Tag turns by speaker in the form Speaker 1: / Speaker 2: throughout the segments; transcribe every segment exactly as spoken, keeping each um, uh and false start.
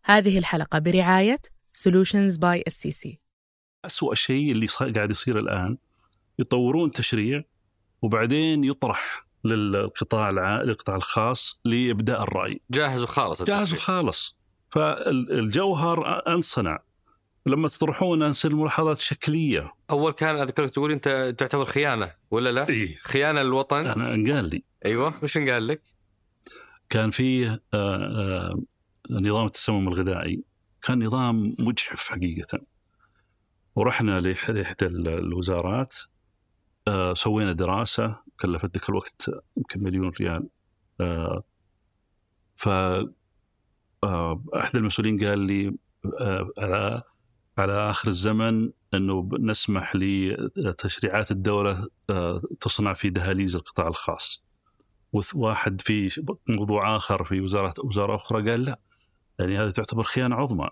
Speaker 1: هذه الحلقة برعاية Solutions by إس سي سي.
Speaker 2: أسوأ شيء اللي قاعد يصير الآن، يطورون تشريع وبعدين يطرح للقطاع الع... للقطاع الخاص لإبداء الرأي.
Speaker 3: جاهز وخالص.
Speaker 2: جاهز وخالص. فالجوهر انصنع. لما تطرحون أنصر الملاحظات شكلية.
Speaker 3: أول كان أذكرك تقول أنت تعتبر خيانة ولا لا؟
Speaker 2: إيه؟
Speaker 3: خيانة للوطن.
Speaker 2: أنا انقال لي.
Speaker 3: أيوة، وش انقال لك؟
Speaker 2: كان فيه آه آه نظام التسمم الغذائي، كان نظام مجحف حقيقة. ورحنا لإحدى الوزارات، آه سوينا دراسة كلفت ذاك الوقت يمكن مليون ريال. آه ف آه أحد المسؤولين قال لي آه على على آخر الزمن أنه نسمح لتشريعات الدولة آه تصنع في دهاليز القطاع الخاص. وواحد في موضوع آخر في وزارة وزارة أخرى قال لا، يعني هذا تعتبر خيانة عظمى.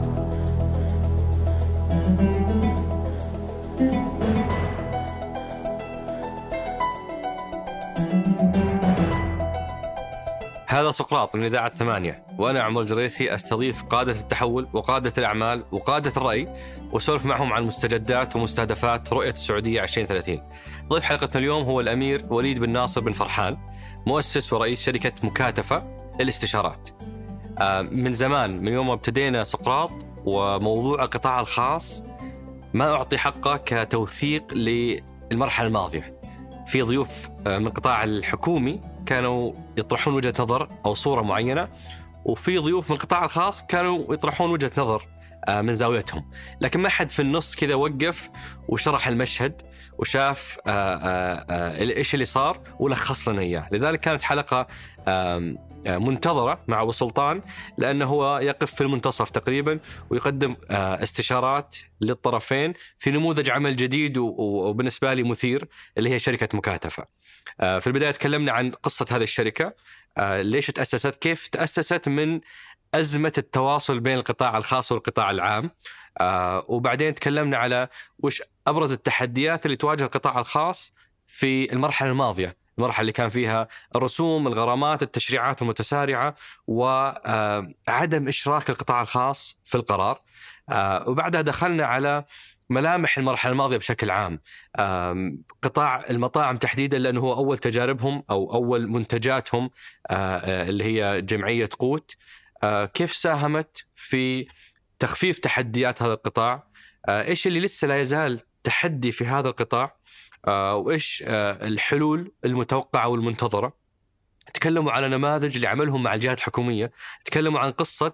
Speaker 3: هذا سقراط من إذاعة ثمانية، وأنا عمر الجريسي أستضيف قادة التحول وقادة الأعمال وقادة الرأي، وسولف معهم عن مستجدات ومستهدفات رؤية السعودية عشرين ثلاثين. ضيف حلقتنا اليوم هو الأمير وليد بن ناصر بن فرحان، مؤسس ورئيس شركة مكاتفة للاستشارات. من زمان، من يوم ما ابتدينا سقراط وموضوع القطاع الخاص ما أعطي حقه كتوثيق للمرحلة الماضية. في ضيوف من القطاع الحكومي كانوا يطرحون وجهة نظر أو صورة معينة، وفي ضيوف من القطاع الخاص كانوا يطرحون وجهة نظر من زاويتهم، لكن ما حد في النص كذا وقف وشرح المشهد وشاف إيش اللي صار ولخص لنا إياه. لذلك كانت حلقة منتظرة مع أبو سلطان، لأنه هو يقف في المنتصف تقريبا ويقدم استشارات للطرفين في نموذج عمل جديد وبالنسبة لي مثير، اللي هي شركة مكاتفة. في البداية تكلمنا عن قصة هذه الشركة، ليش تأسست، كيف تأسست من أزمة التواصل بين القطاع الخاص والقطاع العام، وبعدين تكلمنا على وش أبرز التحديات اللي تواجه القطاع الخاص في المرحلة الماضية، المرحلة اللي كان فيها الرسوم، الغرامات، التشريعات المتسارعة، وعدم إشراك القطاع الخاص في القرار. وبعدها دخلنا على ملامح المرحلة الماضية بشكل عام، قطاع المطاعم تحديدا، لأنه هو أول تجاربهم أو أول منتجاتهم اللي هي جمعية قوت. كيف ساهمت في تخفيف تحديات هذا القطاع، إيش اللي لسه لا يزال تحدي في هذا القطاع، وإيش الحلول المتوقعة والمنتظرة. تكلموا على نماذج اللي عملهم مع الجهات الحكومية، تكلموا عن قصة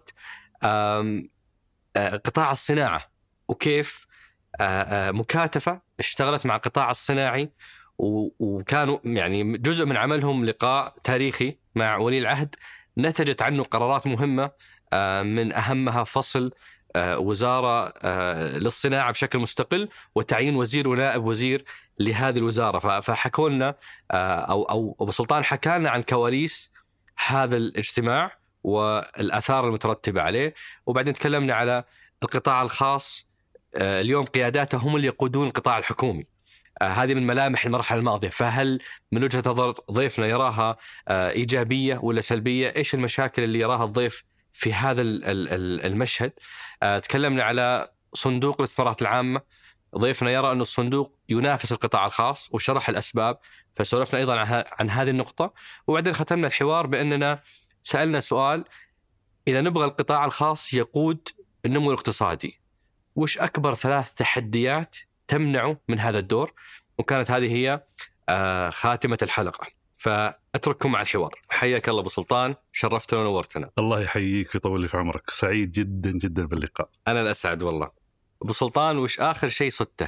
Speaker 3: قطاع الصناعة وكيف مكاتفة اشتغلت مع القطاع الصناعي، وكانوا يعني جزء من عملهم لقاء تاريخي مع ولي العهد نتجت عنه قرارات مهمة، من أهمها فصل وزارة للصناعة بشكل مستقل وتعيين وزير ونائب وزير لهذه الوزارة. فحكوا لنا أو أو أبو سلطان حكى لنا عن كواليس هذا الاجتماع والآثار المترتبة عليه. وبعدين تكلمنا على القطاع الخاص، اليوم قياداته هم اللي يقودون القطاع الحكومي. هذه من ملامح المرحلة الماضية. فهل من وجهة نظر ضيفنا يراها إيجابية ولا سلبية؟ إيش المشاكل اللي يراها الضيف في هذا المشهد؟ تكلمنا على صندوق الاستثمارات العامة، ضيفنا يرى أن الصندوق ينافس القطاع الخاص وشرح الأسباب، فسولفنا أيضا عن هذه النقطة. وبعدين ختمنا الحوار بأننا سألنا سؤال: إذا نبغى القطاع الخاص يقود النمو الاقتصادي، وش أكبر ثلاث تحديات تمنعه من هذا الدور؟ وكانت هذه هي خاتمة الحلقة. فأترككم مع الحوار. حياك الله أبو سلطان، شرفتنا ونورتنا.
Speaker 2: الله يحييك ويطول لي في عمرك، سعيد جدا جدا باللقاء.
Speaker 3: أنا الأسعد والله. أبو سلطان، وش آخر شيء صدته؟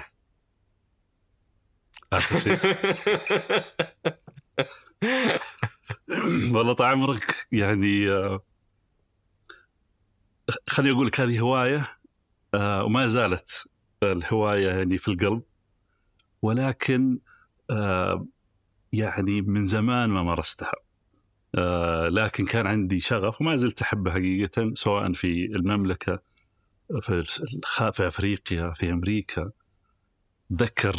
Speaker 2: آخر شيء والله طال عمرك، يعني خليني أقول لك هذه هواية، وما زالت الهواية يعني في القلب، ولكن يعني من زمان ما مارستها، لكن كان عندي شغف وما زلت أحبها حقيقة، سواء في المملكة، في في أفريقيا، في أمريكا. ذكر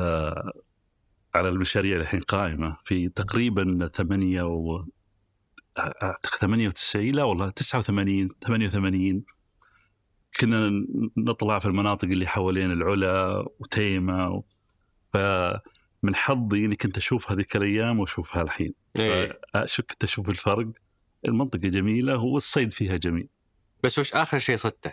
Speaker 2: على المشاريع الحين قائمة في تقريبا ثمانية أعتقد ثمانية وتسعين لا والله تسعة وثمانين ثمانية وثمانين كنا نطلع في المناطق اللي حوالين العلا وتيمة و... فمن حظي إني كنت أشوف هذيك الأيام وأشوفها الحين.
Speaker 3: إيه.
Speaker 2: كنت أشوف الفرق. المنطقة جميلة والصيد فيها جميل.
Speaker 3: بس وش آخر شيء صدته؟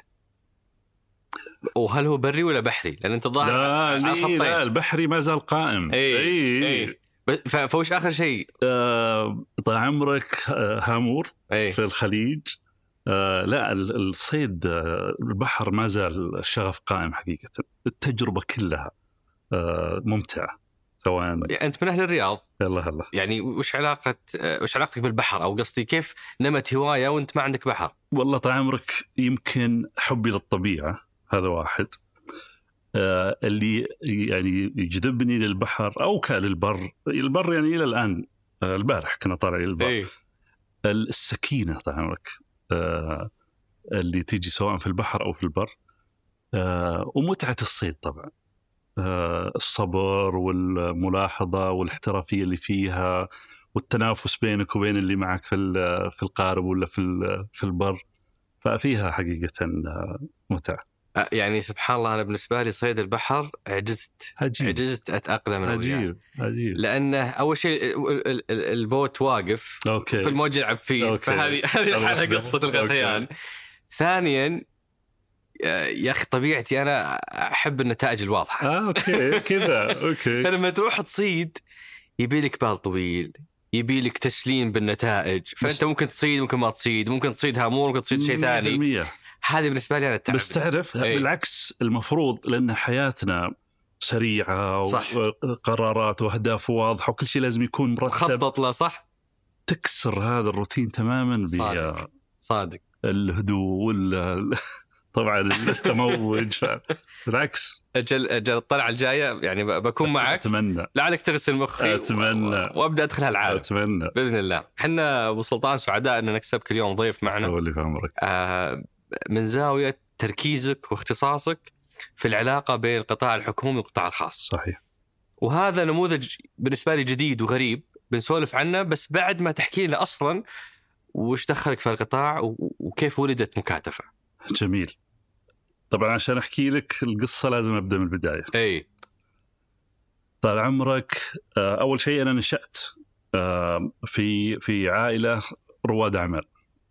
Speaker 3: وهل هو بري ولا بحري؟ لأن أنت ظاهر
Speaker 2: لا لي لا البحري ما زال قائم.
Speaker 3: أي
Speaker 2: أي,
Speaker 3: أي. فوش آخر شيء؟
Speaker 2: آه طال عمرك آه هامور
Speaker 3: أي.
Speaker 2: في الخليج. آه لا الصيد آه البحر ما زال الشغف قائم حقيقة. التجربة كلها آه ممتعة سواء.
Speaker 3: أنت من أهل الرياض.
Speaker 2: يلا هلا.
Speaker 3: يعني وش علاقة وش علاقتك بالبحر أو قصدي كيف نمت هواية وأنت ما عندك بحر؟
Speaker 2: والله طال عمرك يمكن حبي للطبيعة هذا واحد. آه اللي يعني يجذبني للبحر أو كالبر البر يعني إلى الآن. آه البارح كنا طالعين البر.
Speaker 3: إيه.
Speaker 2: السكينة طال عمرك آه اللي تيجي سواء في البحر أو في البر. آه ومتعة الصيد طبعا. آه الصبر والملاحظة والاحترافية اللي فيها والتنافس بينك وبين اللي معك في في القارب ولا في في البر. ففيها حقيقة متعة.
Speaker 3: يعني سبحان الله أنا بالنسبة لي صيد البحر عجزت
Speaker 2: عجيب.
Speaker 3: عجزت أتأقلم أنا وياه.
Speaker 2: عجيب عجيب.
Speaker 3: لأنه أول شيء البوت واقف
Speaker 2: أوكي.
Speaker 3: في الموج يلعب فيه. فهذه هذه الحالة قصة الغثيان. ثانيا يا أخي طبيعتي أنا أحب النتائج الواضحة.
Speaker 2: آه أوكي كذا أوكي.
Speaker 3: فلما تروح تصيد يبيلك بال طويل يبيلك تسليم بالنتائج. فأنت ممكن تصيد ممكن ما تصيد ممكن تصيد هامور ممكن تصيد شيء ثاني. هذه بالنسبة لي أنا التعب.
Speaker 2: بس تعرف بالعكس المفروض لأن حياتنا سريعة وقرارات وأهداف واضحة وكل شيء لازم يكون مرتب
Speaker 3: خطط له صح.
Speaker 2: تكسر هذا الروتين تماما.
Speaker 3: صادق صادق.
Speaker 2: الهدوء وال طبعا التموج. بالعكس
Speaker 3: أجل أجل الطلعة الجاية يعني بكون معك.
Speaker 2: أتمنى.
Speaker 3: لعلك تغسل مخي.
Speaker 2: أتمنى.
Speaker 3: وأبدأ أدخل هالعالم.
Speaker 2: أتمنى.
Speaker 3: بإذن الله. إحنا أبو سلطان سعداء أن نكسبك اليوم ضيف معنا.
Speaker 2: أولي في عمرك.
Speaker 3: آه من زاوية تركيزك واختصاصك في العلاقة بين القطاع الحكومي والقطاع الخاص.
Speaker 2: صحيح.
Speaker 3: وهذا نموذج بالنسبة لي جديد وغريب بنسولف عنه بس بعد ما تحكي لنا أصلا وش دخلك في القطاع وكيف ولدت مكاتفة.
Speaker 2: جميل. طبعا عشان أحكي لك القصة لازم أبدأ من البداية.
Speaker 3: أي.
Speaker 2: طال عمرك أول شيء أنا نشأت في في عائلة رواد أعمال.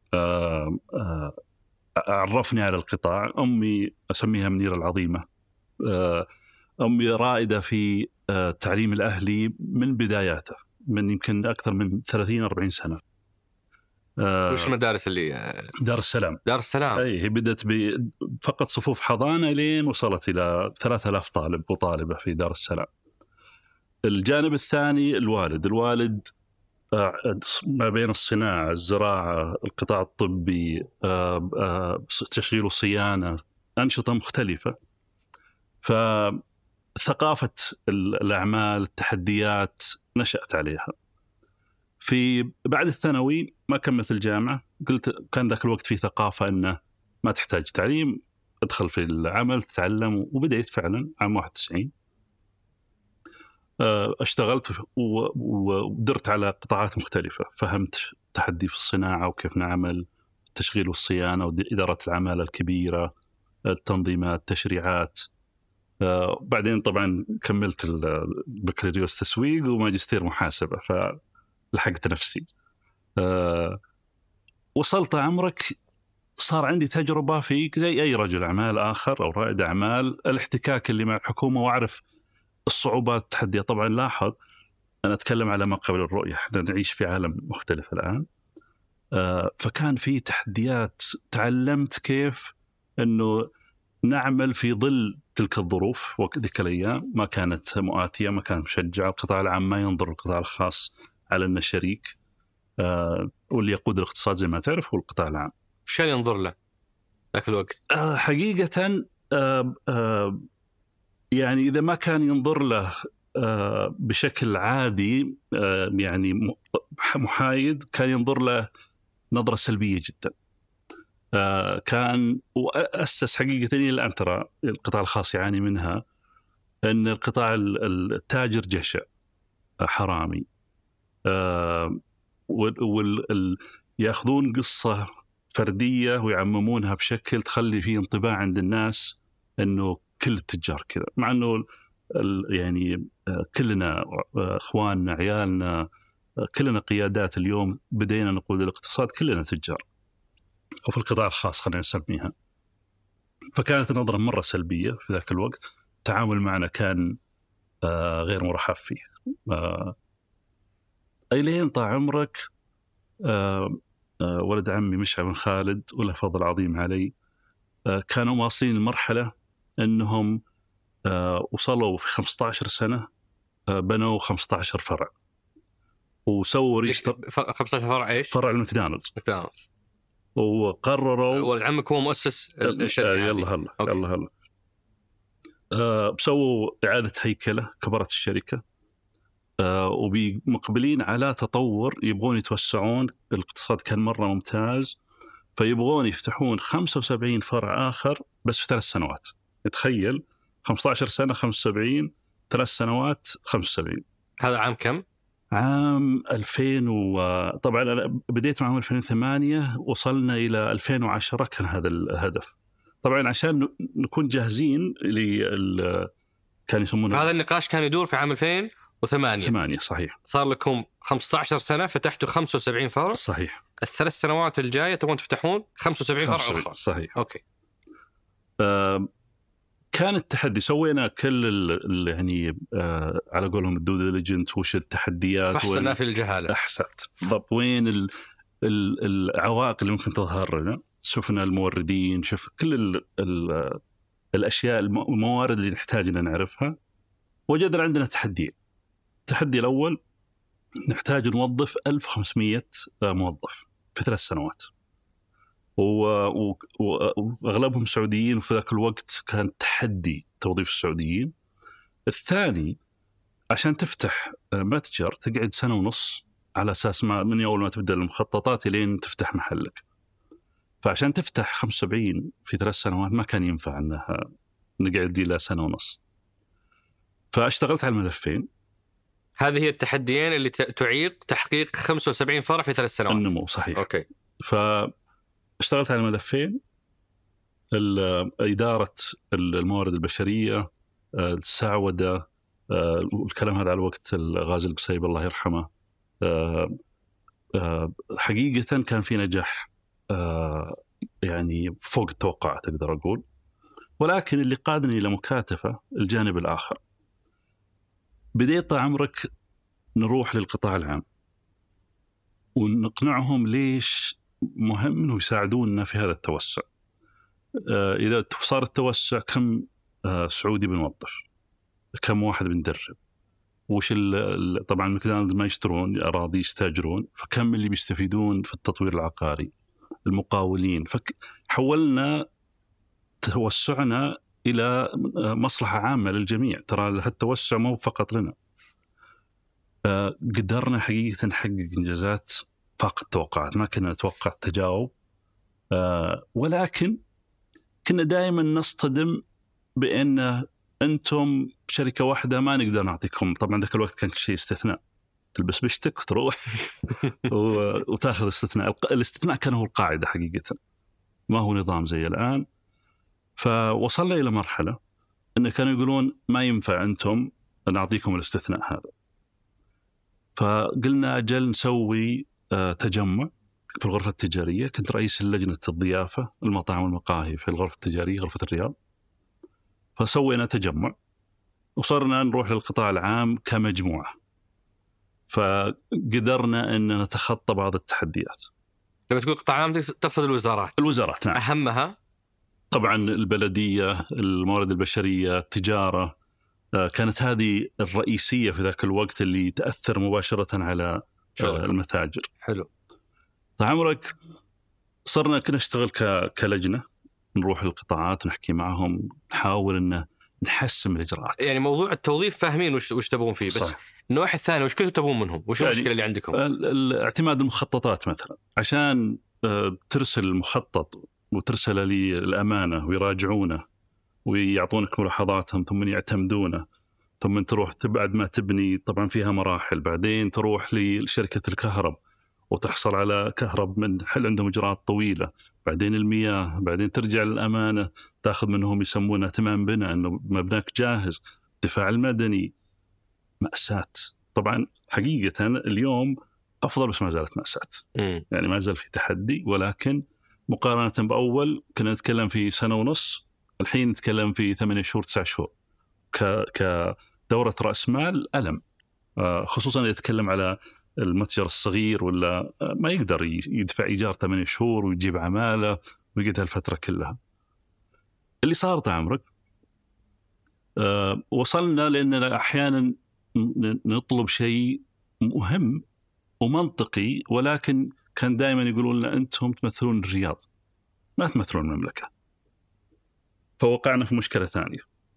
Speaker 2: عرفني على القطاع أمي أسميها منيرة العظيمة. أمي رائدة في التعليم الأهلي من بداياته من يمكن أكثر من ثلاثين أربعين سنة.
Speaker 3: وش المدارس اللي
Speaker 2: دار السلام؟
Speaker 3: دار السلام.
Speaker 2: أي هي بدأت بفقط صفوف حضانة لين وصلت إلى ثلاثة آلاف طالب وطالبة في دار السلام. الجانب الثاني الوالد الوالد ما بين الصناعة الزراعة القطاع الطبي تشغيل وصيانة أنشطة مختلفة. فثقافة الأعمال التحديات نشأت عليها. في بعد الثانوي ما كملت الجامعة قلت كان ذاك الوقت في ثقافة أنه ما تحتاج تعليم ادخل في العمل تتعلم. وبدأت فعلا عام واحد وتسعين اشتغلت ودرت على قطاعات مختلفة. فهمت تحدي في الصناعة وكيف نعمل التشغيل والصيانة وإدارة العمالة الكبيرة التنظيمات التشريعات. بعدين طبعا كملت البكالوريوس تسويق وماجستير محاسبة فلحقت نفسي. وصلت عمرك صار عندي تجربة في زي أي رجل أعمال آخر أو رائد أعمال الاحتكاك اللي مع الحكومة وأعرف الصعوبات التحديات. طبعا لاحظ أنا أتكلم على ما قبل الرؤية احنا نعيش في عالم مختلف الآن. فكان في تحديات تعلمت كيف أنه نعمل في ظل تلك الظروف. وذيك الأيام ما كانت مؤاتية ما كانت مشجعة. القطاع العام ما ينظر القطاع الخاص على أنه شريك واللي يقود الاقتصاد زي ما تعرف هو القطاع العام.
Speaker 3: وش كان ينظر له ذاك الوقت؟
Speaker 2: حقيقة يعني إذا ما كان ينظر له بشكل عادي يعني محايد كان ينظر له نظرة سلبية جدا. كان وأسس حقيقة الآن ترى القطاع الخاص يعاني منها أن القطاع التاجر جشع حرامي. وال يأخذون قصة فردية ويعممونها بشكل تخلي فيه انطباع عند الناس أنه كل التجار كذا، مع أنه يعني كلنا أخواننا عيالنا كلنا قيادات اليوم بدينا نقود الاقتصاد كلنا تجار، وفي القطاع الخاص خلينا نسميها. فكانت نظرة مرة سلبية في ذاك الوقت، التعامل معنا كان غير مرحب فيه. أيلين طال عمرك ولد عمي مشعل بن خالد وله فضل عظيم علي، كانوا واصلين المرحلة أنهم وصلوا في خمسة عشر سنة بنوا خمسة عشر فرع وسووا ريستر.
Speaker 3: خمسة عشر فرع ايش؟
Speaker 2: فرع الماكدونالدز.
Speaker 3: ماكدونالدز.
Speaker 2: وقرروا
Speaker 3: ولد عمك هو مؤسس الشركة.
Speaker 2: يلا هلا يلا هلا أه بسووا إعادة هيكلة، كبرت الشركة أه وبمقبلين على تطور، يبغون يتوسعون، الاقتصاد كان مرة ممتاز، فيبغون يفتحون خمسة وسبعين فرع آخر بس في ثلاث سنوات. تخيل خمسة عشر سنة خمسة وسبعين، ثلاث سنوات خمسة وسبعين.
Speaker 3: هذا عام كم؟
Speaker 2: عام ألفين وطبعا أنا بديت معهم ألفين وثمانية، وصلنا إلى ألفين وعشرة كان هذا الهدف. طبعا عشان نكون جاهزين لل كان يسمونه
Speaker 3: هذا النقاش كان يدور في عام ألفين وثمانية.
Speaker 2: ثمانية صحيح.
Speaker 3: صار لكم خمسة عشر سنة، فتحتوا خمسة وسبعين فرع.
Speaker 2: صحيح.
Speaker 3: الثلاث سنوات الجاية تبغون تفتحون خمسة وسبعين فرع أخرى.
Speaker 2: صحيح.
Speaker 3: أوكي.
Speaker 2: آه كان التحدي، سوينا كل ال يعني آه على قولهم الدو ديليجنت، وش التحديات،
Speaker 3: فحصنا في الجهالة.
Speaker 2: أحسنت بالضبط، وين ال ال العوائق اللي ممكن تظهر لنا. شفنا الموردين، شوف كل ال ال الأشياء الموارد اللي نحتاج أن نعرفها. وجدنا عندنا تحدي. التحدي الأول نحتاج نوظف ألف وخمسمية موظف في ثلاث سنوات، وأغلبهم سعوديين، وفي ذاك الوقت كان تحدي توظيف السعوديين. الثاني عشان تفتح متجر تقعد سنة ونص على أساس ما من أول ما تبدأ المخططات لين تفتح محلك. فعشان تفتح خمسة وسبعين في ثلاث سنوات ما كان ينفع أنها نقعد إلى سنة ونص. فاشتغلت على الملفين.
Speaker 3: هذه هي التحديين اللي تعيق تحقيق خمسة وسبعين فرع في ثلاث سنوات.
Speaker 2: النمو صحيح.
Speaker 3: أوكي.
Speaker 2: فاشتغلت على الملفين: إدارة الموارد البشرية، السعودة، والكلام هذا على وقت غازي القصيبي الله يرحمه. حقيقة كان في نجاح يعني فوق التوقعات أقدر أقول، ولكن اللي قادني إلى مكاتفة الجانب الآخر. بديت عمرك نروح للقطاع العام ونقنعهم ليش مهم إنه يساعدوننا في هذا التوسع. إذا صار التوسع كم سعودي بنوظف، كم واحد بندرب، وش طبعا ماكدونالدز ما يشترون أراضي يستاجرون، فكم اللي بيستفيدون في التطوير العقاري، المقاولين. فحولنا توسعنا إلى مصلحة عامة للجميع. ترى هالتوسع مو فقط لنا. قدرنا حقيقة نحقق إنجازات فاق التوقعات، ما كنا نتوقع التجاوب، ولكن كنا دائما نصطدم بأن أنتم شركة واحدة ما نقدر نعطيكم. طبعا ذاك الوقت كان شيء استثناء، تلبس بشتك وتروح وتاخذ استثناء. الاستثناء كان هو القاعدة حقيقة، ما هو نظام زي الآن. فوصلنا إلى مرحلة أن كانوا يقولون ما ينفع أنتم نعطيكم الاستثناء هذا. فقلنا أجل نسوي تجمع في الغرفة التجارية. كنت رئيس لجنة الضيافة المطاعم والمقاهي في الغرفة التجارية غرفة الرياض. فسوينا تجمع وصرنا نروح للقطاع العام كمجموعة، فقدرنا أن نتخطى بعض التحديات.
Speaker 3: لما تقول قطاع عام تقصد الوزارات؟
Speaker 2: الوزارات نعم.
Speaker 3: أهمها
Speaker 2: طبعا البلدية، الموارد البشرية، التجارة، كانت هذه الرئيسية في ذاك الوقت اللي تأثر مباشرة على شغل المتاجر.
Speaker 3: حلو.
Speaker 2: عمرك صرنا كنا نشتغل كلجنة، نروح للقطاعات نحكي معهم، نحاول أن نحسن الإجراءات.
Speaker 3: يعني موضوع التوظيف فاهمين وش وش تبغون فيه، بس صح. النواحي الثانية وش كنتوا تبغون منهم؟ وش يعني المشكلة اللي عندكم؟
Speaker 2: اعتماد المخططات مثلا، عشان ترسل المخطط وترسل لي الأمانة ويراجعونه ويعطونك ملاحظاتهم ثم يعتمدونه، ثم تروح بعد ما تبني طبعا فيها مراحل، بعدين تروح لشركة الكهرب وتحصل على كهرب من حل عندهم إجراءات طويلة، بعدين المياه، بعدين ترجع للأمانة تأخذ منهم يسمونه تمام بنا، أنه مبناك جاهز، الدفاع المدني، مأساة. طبعا حقيقة اليوم أفضل بس ما زالت مأساة. م. يعني ما زال في تحدي، ولكن مقارنة بأول كنا نتكلم في سنة ونص، الحين نتكلم في ثمانية شهور تسعة شهور كدورة رأس مال ألم، خصوصا يتكلم على المتجر الصغير ولا ما يقدر يدفع إيجار ثمانية شهور ويجيب عمالة ويقعد هالفترة كلها. اللي صار طال عمرك أه وصلنا لأننا أحيانا نطلب شيء مهم ومنطقي، ولكن كان دائما يقولون لنا أنتم تمثلون الرياض ما تمثلون المملكة، فوقعنا في مشكلة ثانية.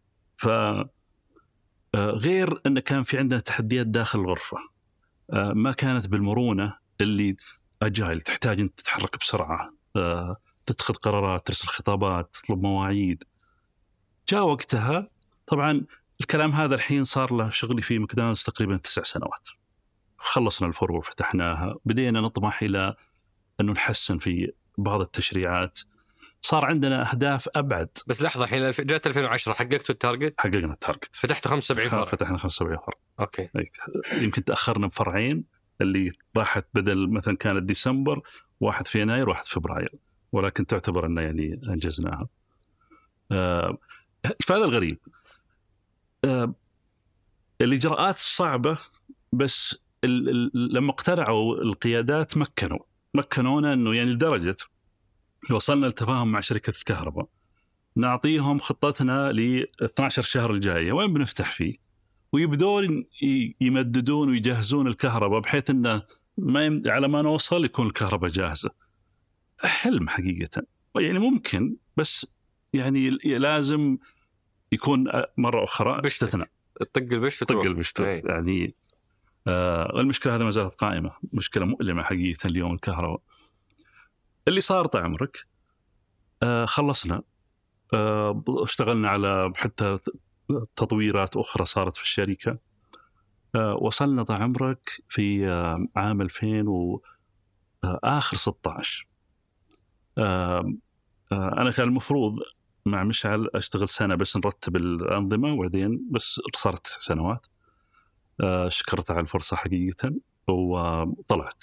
Speaker 2: فغير أن كان في عندنا تحديات داخل الغرفة ما كانت بالمرونة اللي أجايل، تحتاج أن تتحرك بسرعة، تتخذ قرارات، ترسل خطابات، تطلب مواعيد. جاء وقتها طبعا الكلام هذا الحين صار له شغلي في ماكدونالدز تقريبا تسع سنوات، خلصنا الفروع وفتحناها، بدينا نطمح إلى أنه نحسن في بعض التشريعات، صار عندنا أهداف أبعد.
Speaker 3: بس لحظة، الحين جاءت ألفين وعشرة حققتوا التارجت؟
Speaker 2: حققنا التارجت،
Speaker 3: فتحتوا خمسة وسبعين فرع.
Speaker 2: فتحنا خمسة وسبعين فرع.
Speaker 3: أوكي.
Speaker 2: يمكن تأخرنا بفرعين، اللي راحت بدل مثلا كانت ديسمبر، واحد في يناير واحد في فبراير، ولكن تعتبر أننا يعني أنجزناها. آه فهذا الغريب. آه الإجراءات صعبة، بس ال ال لما اقتنعوا القيادات مكنوا مكنونا أنه يعني لدرجة وصلنا لتفاهم مع شركة الكهرباء، نعطيهم خطتنا ل اثنا عشر شهر الجاية وين بنفتح فيه، ويبدون يمددون ويجهزون الكهرباء بحيث أنه ما يم... على ما نوصل يكون الكهرباء جاهزة. حلم حقيقة، يعني ممكن، بس يعني لازم يكون مرة أخرى
Speaker 3: باستثناء طق البشت
Speaker 2: طق البشت يعني. آه المشكلة هذه ما زالت قائمة، مشكلة مؤلمة حقيقة اليوم الكهرباء. اللي صار طال عمرك آه خلصنا، آه اشتغلنا على حتى تطويرات أخرى صارت في الشركة. آه وصلنا طال عمرك في آه عام ألفين وآخر ستة عشر. آه آه أنا كان المفروض مع مشعل أشتغل سنة بس نرتب الأنظمة، وبعدين بس صارت تسع سنوات. آه شكرت على الفرصة حقيقة وطلعت.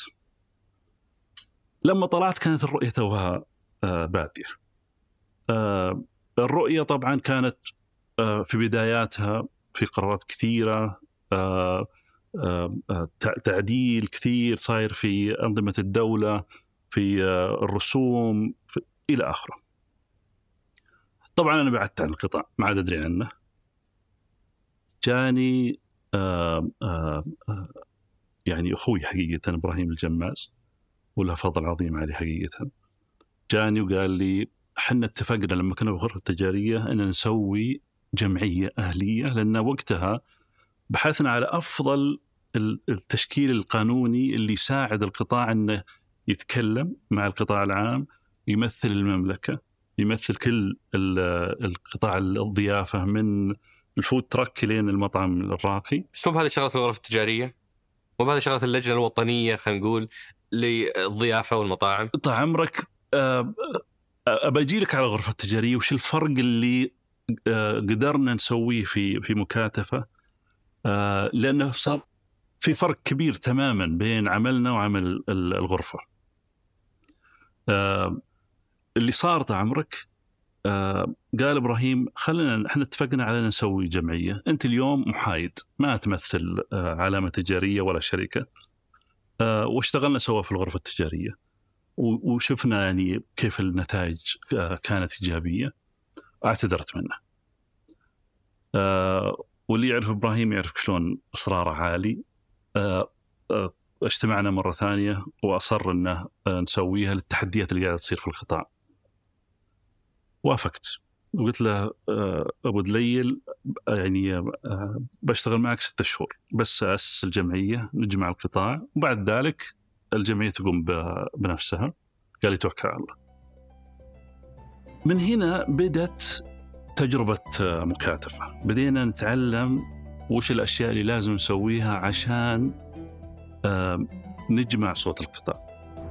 Speaker 2: لما طلعت كانت الرؤية توها آه بادية. آه الرؤية طبعا كانت آه في بداياتها في قرارات كثيرة، آه آه تعديل كثير صاير في أنظمة الدولة، في آه الرسوم، في إلى آخره. طبعا أنا بعدت عن القطاع، ما عاد أدري عنه. جاني آه آه آه يعني أخوي حقيقة إبراهيم الجماز، وله فضل عظيم عليه حقيقة. جاني وقال لي حنا اتفقنا لما كنا بالغرفة التجارية أن نسوي جمعية أهلية، لأن وقتها بحثنا على أفضل التشكيل القانوني اللي يساعد القطاع أنه يتكلم مع القطاع العام، يمثل المملكة، يمثل كل القطاع الضيافة من الفود تراك لين المطعم الراقي.
Speaker 3: بس مو بهذه شغلة الغرفة التجارية، مو بهذه شغلة اللجنة الوطنية خلينا نقول للضيافة والمطاعم.
Speaker 2: طال عمرك أبجي لك على الغرفة التجارية وش الفرق اللي قدرنا نسويه في في مكاتفة، لأنه صار في فرق كبير تماما بين عملنا وعمل الغرفة. اللي صار طال عمرك قال إبراهيم خلينا احنا اتفقنا على نسوي جمعية، أنت اليوم محايد ما تمثل علامة تجارية ولا شركة، واشتغلنا سوا في الغرفة التجارية وشفنا يعني كيف النتائج كانت إيجابية. اعتذرت منه. أه واللي يعرف إبراهيم يعرف شلون إصراره عالي. أه أه اجتمعنا مرة ثانية وأصر أنه نسويها للتحديات اللي قاعدة تصير في القطاع. وافقت وقلت له أه أبو دليل يعني أه بشتغل معك ستة شهور بس أسس الجمعية، نجمع القطاع، وبعد ذلك الجمعية تقوم بنفسها. قال لي توكل على الله. من هنا بدت تجربة مكاتفة، بدينا نتعلم وش الأشياء اللي لازم نسويها عشان نجمع صوت القطاع.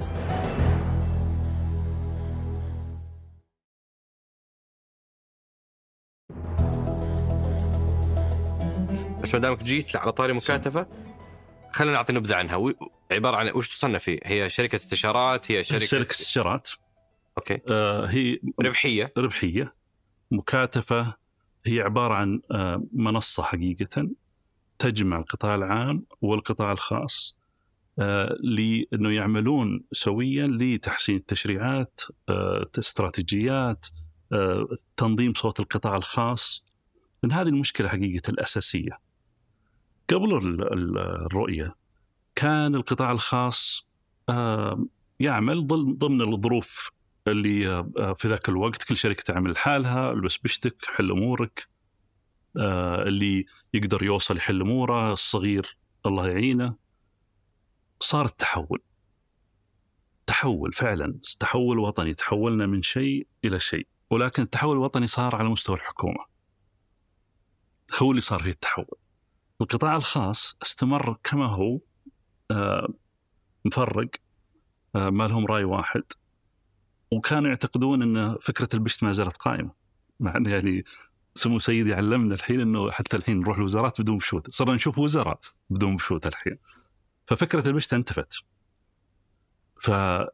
Speaker 3: بس ما دامك جيت على طاري مكاتفة، خلينا نعطي نبذة عنها. عبارة عن وش تصنف فيه؟ هي شركة استشارات؟ هي شركة
Speaker 2: شركة استشارات.
Speaker 3: أوكي.
Speaker 2: آه هي
Speaker 3: ربحية.
Speaker 2: ربحية. مكاتفة هي عبارة عن آه منصة حقيقة تجمع القطاع العام والقطاع الخاص آه لأنه يعملون سويا لتحسين التشريعات، آه استراتيجيات، آه تنظيم صوت القطاع الخاص. من هذه المشكلة حقيقة الأساسية. قبل الرؤية كان القطاع الخاص يعمل ضمن الظروف اللي في ذاك الوقت كل شركة تعمل حالها، البس بشتك، حل أمورك. اللي يقدر يوصل يحل أموره، الصغير الله يعينه. صار التحول، تحول فعلا، تحول وطني، تحولنا من شيء إلى شيء. ولكن التحول الوطني صار على مستوى الحكومة، هو اللي صار فيه التحول. القطاع الخاص استمر كما هو، آه مفرق، آه ما لهم رأي واحد، وكانوا يعتقدون أن فكرة البشت ما زالت قائمة. مع أن يعني سمو سيدي علمنا الحين أنه حتى الحين نروح الوزارات بدون بشوت، صرنا نشوف وزراء بدون بشوت الحين. ففكرة البشت انتفت. فالقطاع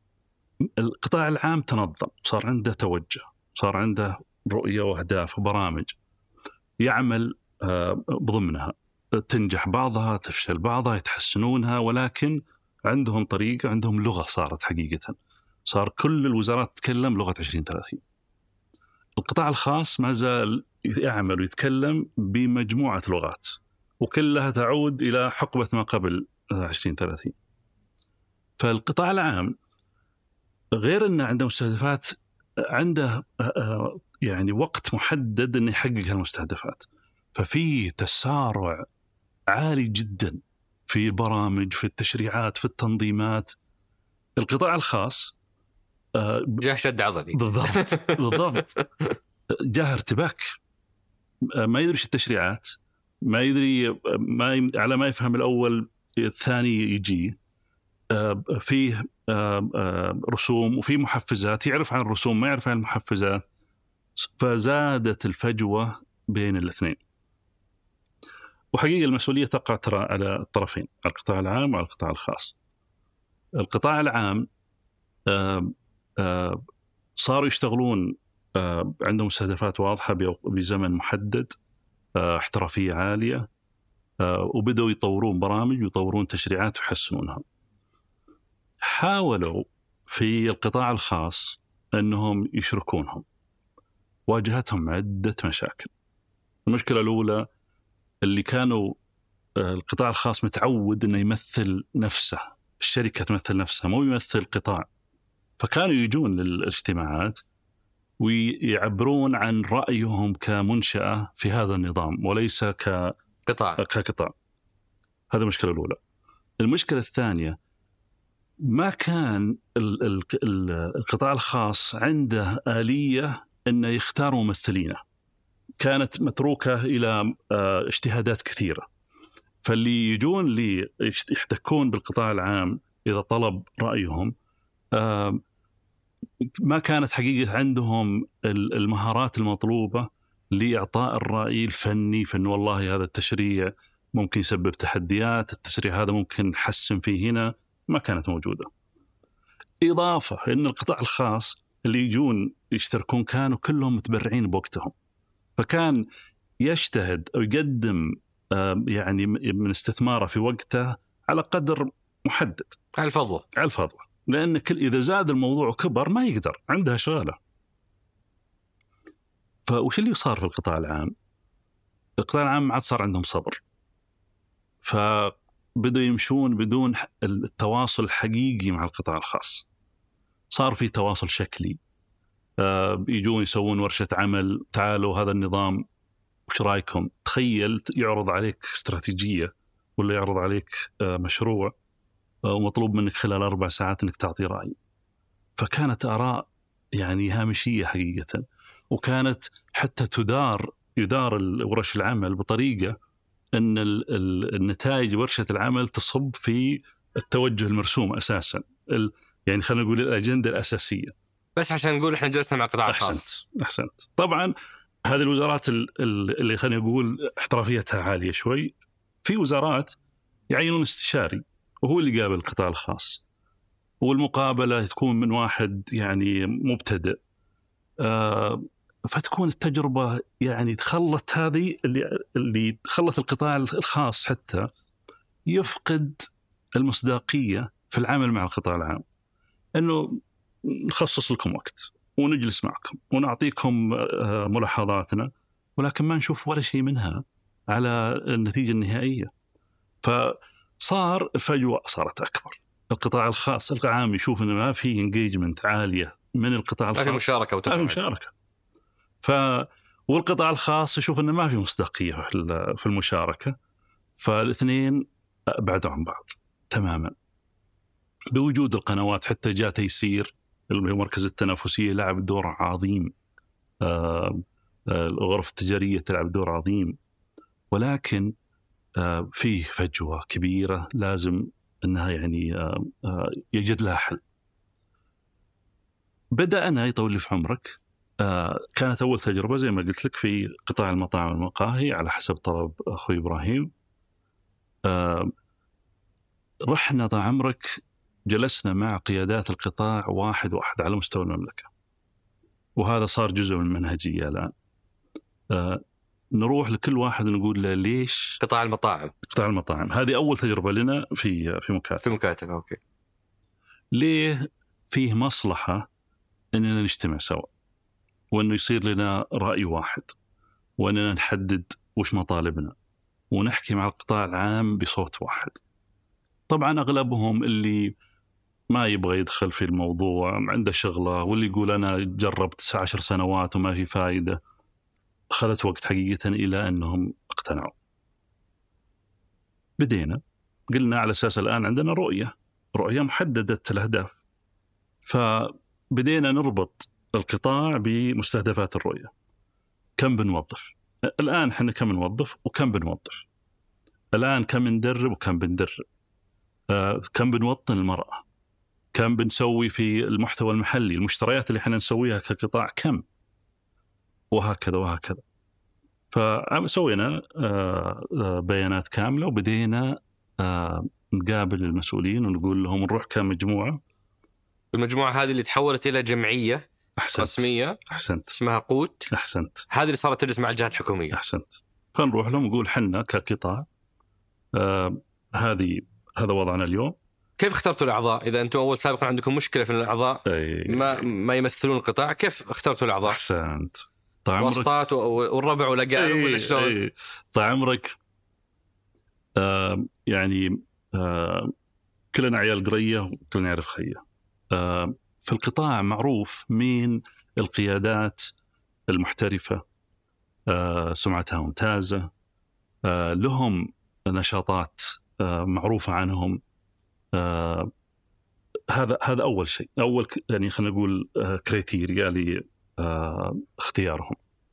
Speaker 2: العام تنظم، صار عنده توجه، صار عنده رؤية وأهداف وبرامج يعمل بضمنها، تنجح بعضها، تفشل بعضها، يتحسنونها، ولكن عندهم طريقة، عندهم لغة صارت حقيقة. صار كل الوزارات تتكلم لغة عشرين ثلاثين. القطاع الخاص ما زال يعمل ويتكلم بمجموعة لغات، وكلها تعود إلى حقبة ما قبل عشرين ثلاثين. فالقطاع العام غير أنه عنده مستهدفات، عنده يعني وقت محدد أن يحقق المستهدفات. ففي تسارع عالي جدا في البرامج، في التشريعات، في التنظيمات. القطاع الخاص
Speaker 3: جاه شد عضلي.
Speaker 2: بالضبط بالضبط. جاه ارتباك، ما يدري التشريعات، ما يدري، ما ي... على ما يفهم الأول الثاني يجي فيه رسوم وفي محفزات، يعرف عن الرسوم ما يعرف عن المحفزات. فزادت الفجوة بين الاثنين. وحقيقة المسؤولية تقع ترى على الطرفين، على القطاع العام وعلى القطاع الخاص. القطاع العام آآ آآ صاروا يشتغلون، عندهم مستهدفات واضحة بزمن محدد، احترافية عالية، وبدأوا يطورون برامج ويطورون تشريعات ويحسنونها. حاولوا في القطاع الخاص أنهم يشركونهم، واجهتهم عدة مشاكل. المشكلة الأولى اللي كانوا القطاع الخاص متعود أنه يمثل نفسه، الشركة تمثل نفسها مو يمثل قطاع. فكانوا يجون للاجتماعات ويعبرون عن رأيهم كمنشأة في هذا النظام وليس كقطاع كقطاع. هذا المشكلة الأولى. المشكلة الثانية، ما كان القطاع الخاص عنده آلية أنه يختار ممثلينه، كانت متروكة إلى اجتهادات كثيرة. فاللي يجون لي يحتكون بالقطاع العام إذا طلب رأيهم، ما كانت حقيقة عندهم المهارات المطلوبة لإعطاء الرأي الفني، فإن والله هذا التشريع ممكن يسبب تحديات، التشريع هذا ممكن نحسن فيه هنا، ما كانت موجودة. إضافة إن القطاع الخاص اللي يجون يشتركون كانوا كلهم متبرعين بوقتهم، فكان يجتهد أو يقدم يعني من استثماره في وقته على قدر محدد،
Speaker 3: على الفضوى
Speaker 2: على الفضوى، لأن كل إذا زاد الموضوع وكبر ما يقدر، عندها شغالة. فوش اللي صار في القطاع العام؟ القطاع العام عاد صار عندهم صبر، فبدأوا يمشون بدون التواصل الحقيقي مع القطاع الخاص. صار في تواصل شكلي، يجون يسوون ورشة عمل، تعالوا هذا النظام وش رأيكم؟ تخيل يعرض عليك استراتيجية ولا يعرض عليك مشروع ومطلوب منك خلال أربع ساعات أنك تعطي رأي. فكانت آراء يعني هامشية حقيقة، وكانت حتى تدار يدار ورش العمل بطريقة أن النتائج ورشة العمل تصب في التوجه المرسوم أساسا، يعني خلينا نقول الأجندة الأساسية.
Speaker 3: بس عشان نقول إحنا جلسنا مع القطاع الخاص.
Speaker 2: أحسنت أحسنت. طبعا هذه الوزارات اللي خلينا نقول احترافيتها عالية شوي، في وزارات يعينون استشاري وهو اللي قابل القطاع الخاص، والمقابلة تكون من واحد يعني مبتدئ، آه فتكون التجربة يعني تخلت هذه اللي اللي خلت القطاع الخاص حتى يفقد المصداقية في العمل مع القطاع العام، إنه نخصص لكم وقت ونجلس معكم ونعطيكم آه ملاحظاتنا، ولكن ما نشوف ولا شيء منها على النتيجة النهائية. فصار الفجوة صارت أكبر. القطاع الخاص العام يشوف إنه ما في انجيجمنت عالية من القطاع الخاص،
Speaker 3: ما في مشاركة وتفاعل.
Speaker 2: ما في مشاركة. ف والقطاع الخاص يشوف إنه ما في مصداقية في المشاركة، فالاثنين بعدوا عن بعض تماما. بوجود القنوات حتى جاء تيسير المركز التنافسية لعب دور عظيم، آه الغرف التجارية تلعب دور عظيم، ولكن آه فيه فجوة كبيرة لازم أنها يعني آه آه يجد لها حل. بدأنا يطول لي في عمرك، آه كانت أول تجربة زي ما قلت لك في قطاع المطاعم والمقاهي على حسب طلب أخوي إبراهيم. آه رحنا طال عمرك جلسنا مع قيادات القطاع واحد واحد على مستوى المملكة، وهذا صار جزء من المنهجية الآن. آه نروح لكل واحد نقول له ليش
Speaker 3: قطاع المطاعم
Speaker 2: قطاع المطاعم هذه أول تجربة لنا في في مكاتب
Speaker 3: في مكاتب أوكي،
Speaker 2: ليه فيه مصلحة أننا نجتمع سوا، وأنه يصير لنا رأي واحد، وأننا نحدد وش مطالبنا، ونحكي مع القطاع العام بصوت واحد. طبعا أغلبهم اللي ما يبغى يدخل في الموضوع عنده شغلة، واللي يقول أنا جربت تسع عشر سنوات وما في فائدة. أخذت وقت حقيقة إلى أنهم اقتنعوا. بدينا قلنا على أساس الآن عندنا رؤية رؤية محددة الأهداف، فبدينا نربط القطاع بمستهدفات الرؤية. كم بنوظف الآن، حنا كم نوظف وكم بنوظف الآن، كم ندرب وكم بندرب، آه، كم بنوطن المرأة، كم بنسوي في المحتوى المحلي، المشتريات اللي احنا نسويها كقطاع كم، وهكذا وهكذا. فسوينا بيانات كاملة وبدينا نقابل المسؤولين ونقول لهم نروح كمجموعة.
Speaker 3: المجموعة هذه اللي تحولت إلى جمعية أحسنت. رسمية
Speaker 2: أحسنت.
Speaker 3: اسمها قوت.
Speaker 2: أحسنت.
Speaker 3: هذه اللي صارت تجلس مع الجهات الحكومية.
Speaker 2: أحسنت. فنروح لهم نقول حنا كقطاع آه هذه هذا وضعنا اليوم.
Speaker 3: كيف اخترتوا الأعضاء؟ إذا أنتم أول سابقا عندكم مشكلة في الأعضاء
Speaker 2: أي...
Speaker 3: ما ما يمثلون القطاع، كيف اخترتوا الأعضاء؟
Speaker 2: أحسنت.
Speaker 3: وسطات والربع والأقارب ولا شلون؟
Speaker 2: أي... طال عمرك آه يعني آه كلنا عيال قرية وكلنا يعرف خيه. آه في القطاع معروف مين القيادات المحترفة، آه سمعتها ممتازة، آه لهم نشاطات آه معروفة عنهم. آه هذا هذا أول شيء، أول يعني خلينا نقول آه كريتيريا لاختيارهم.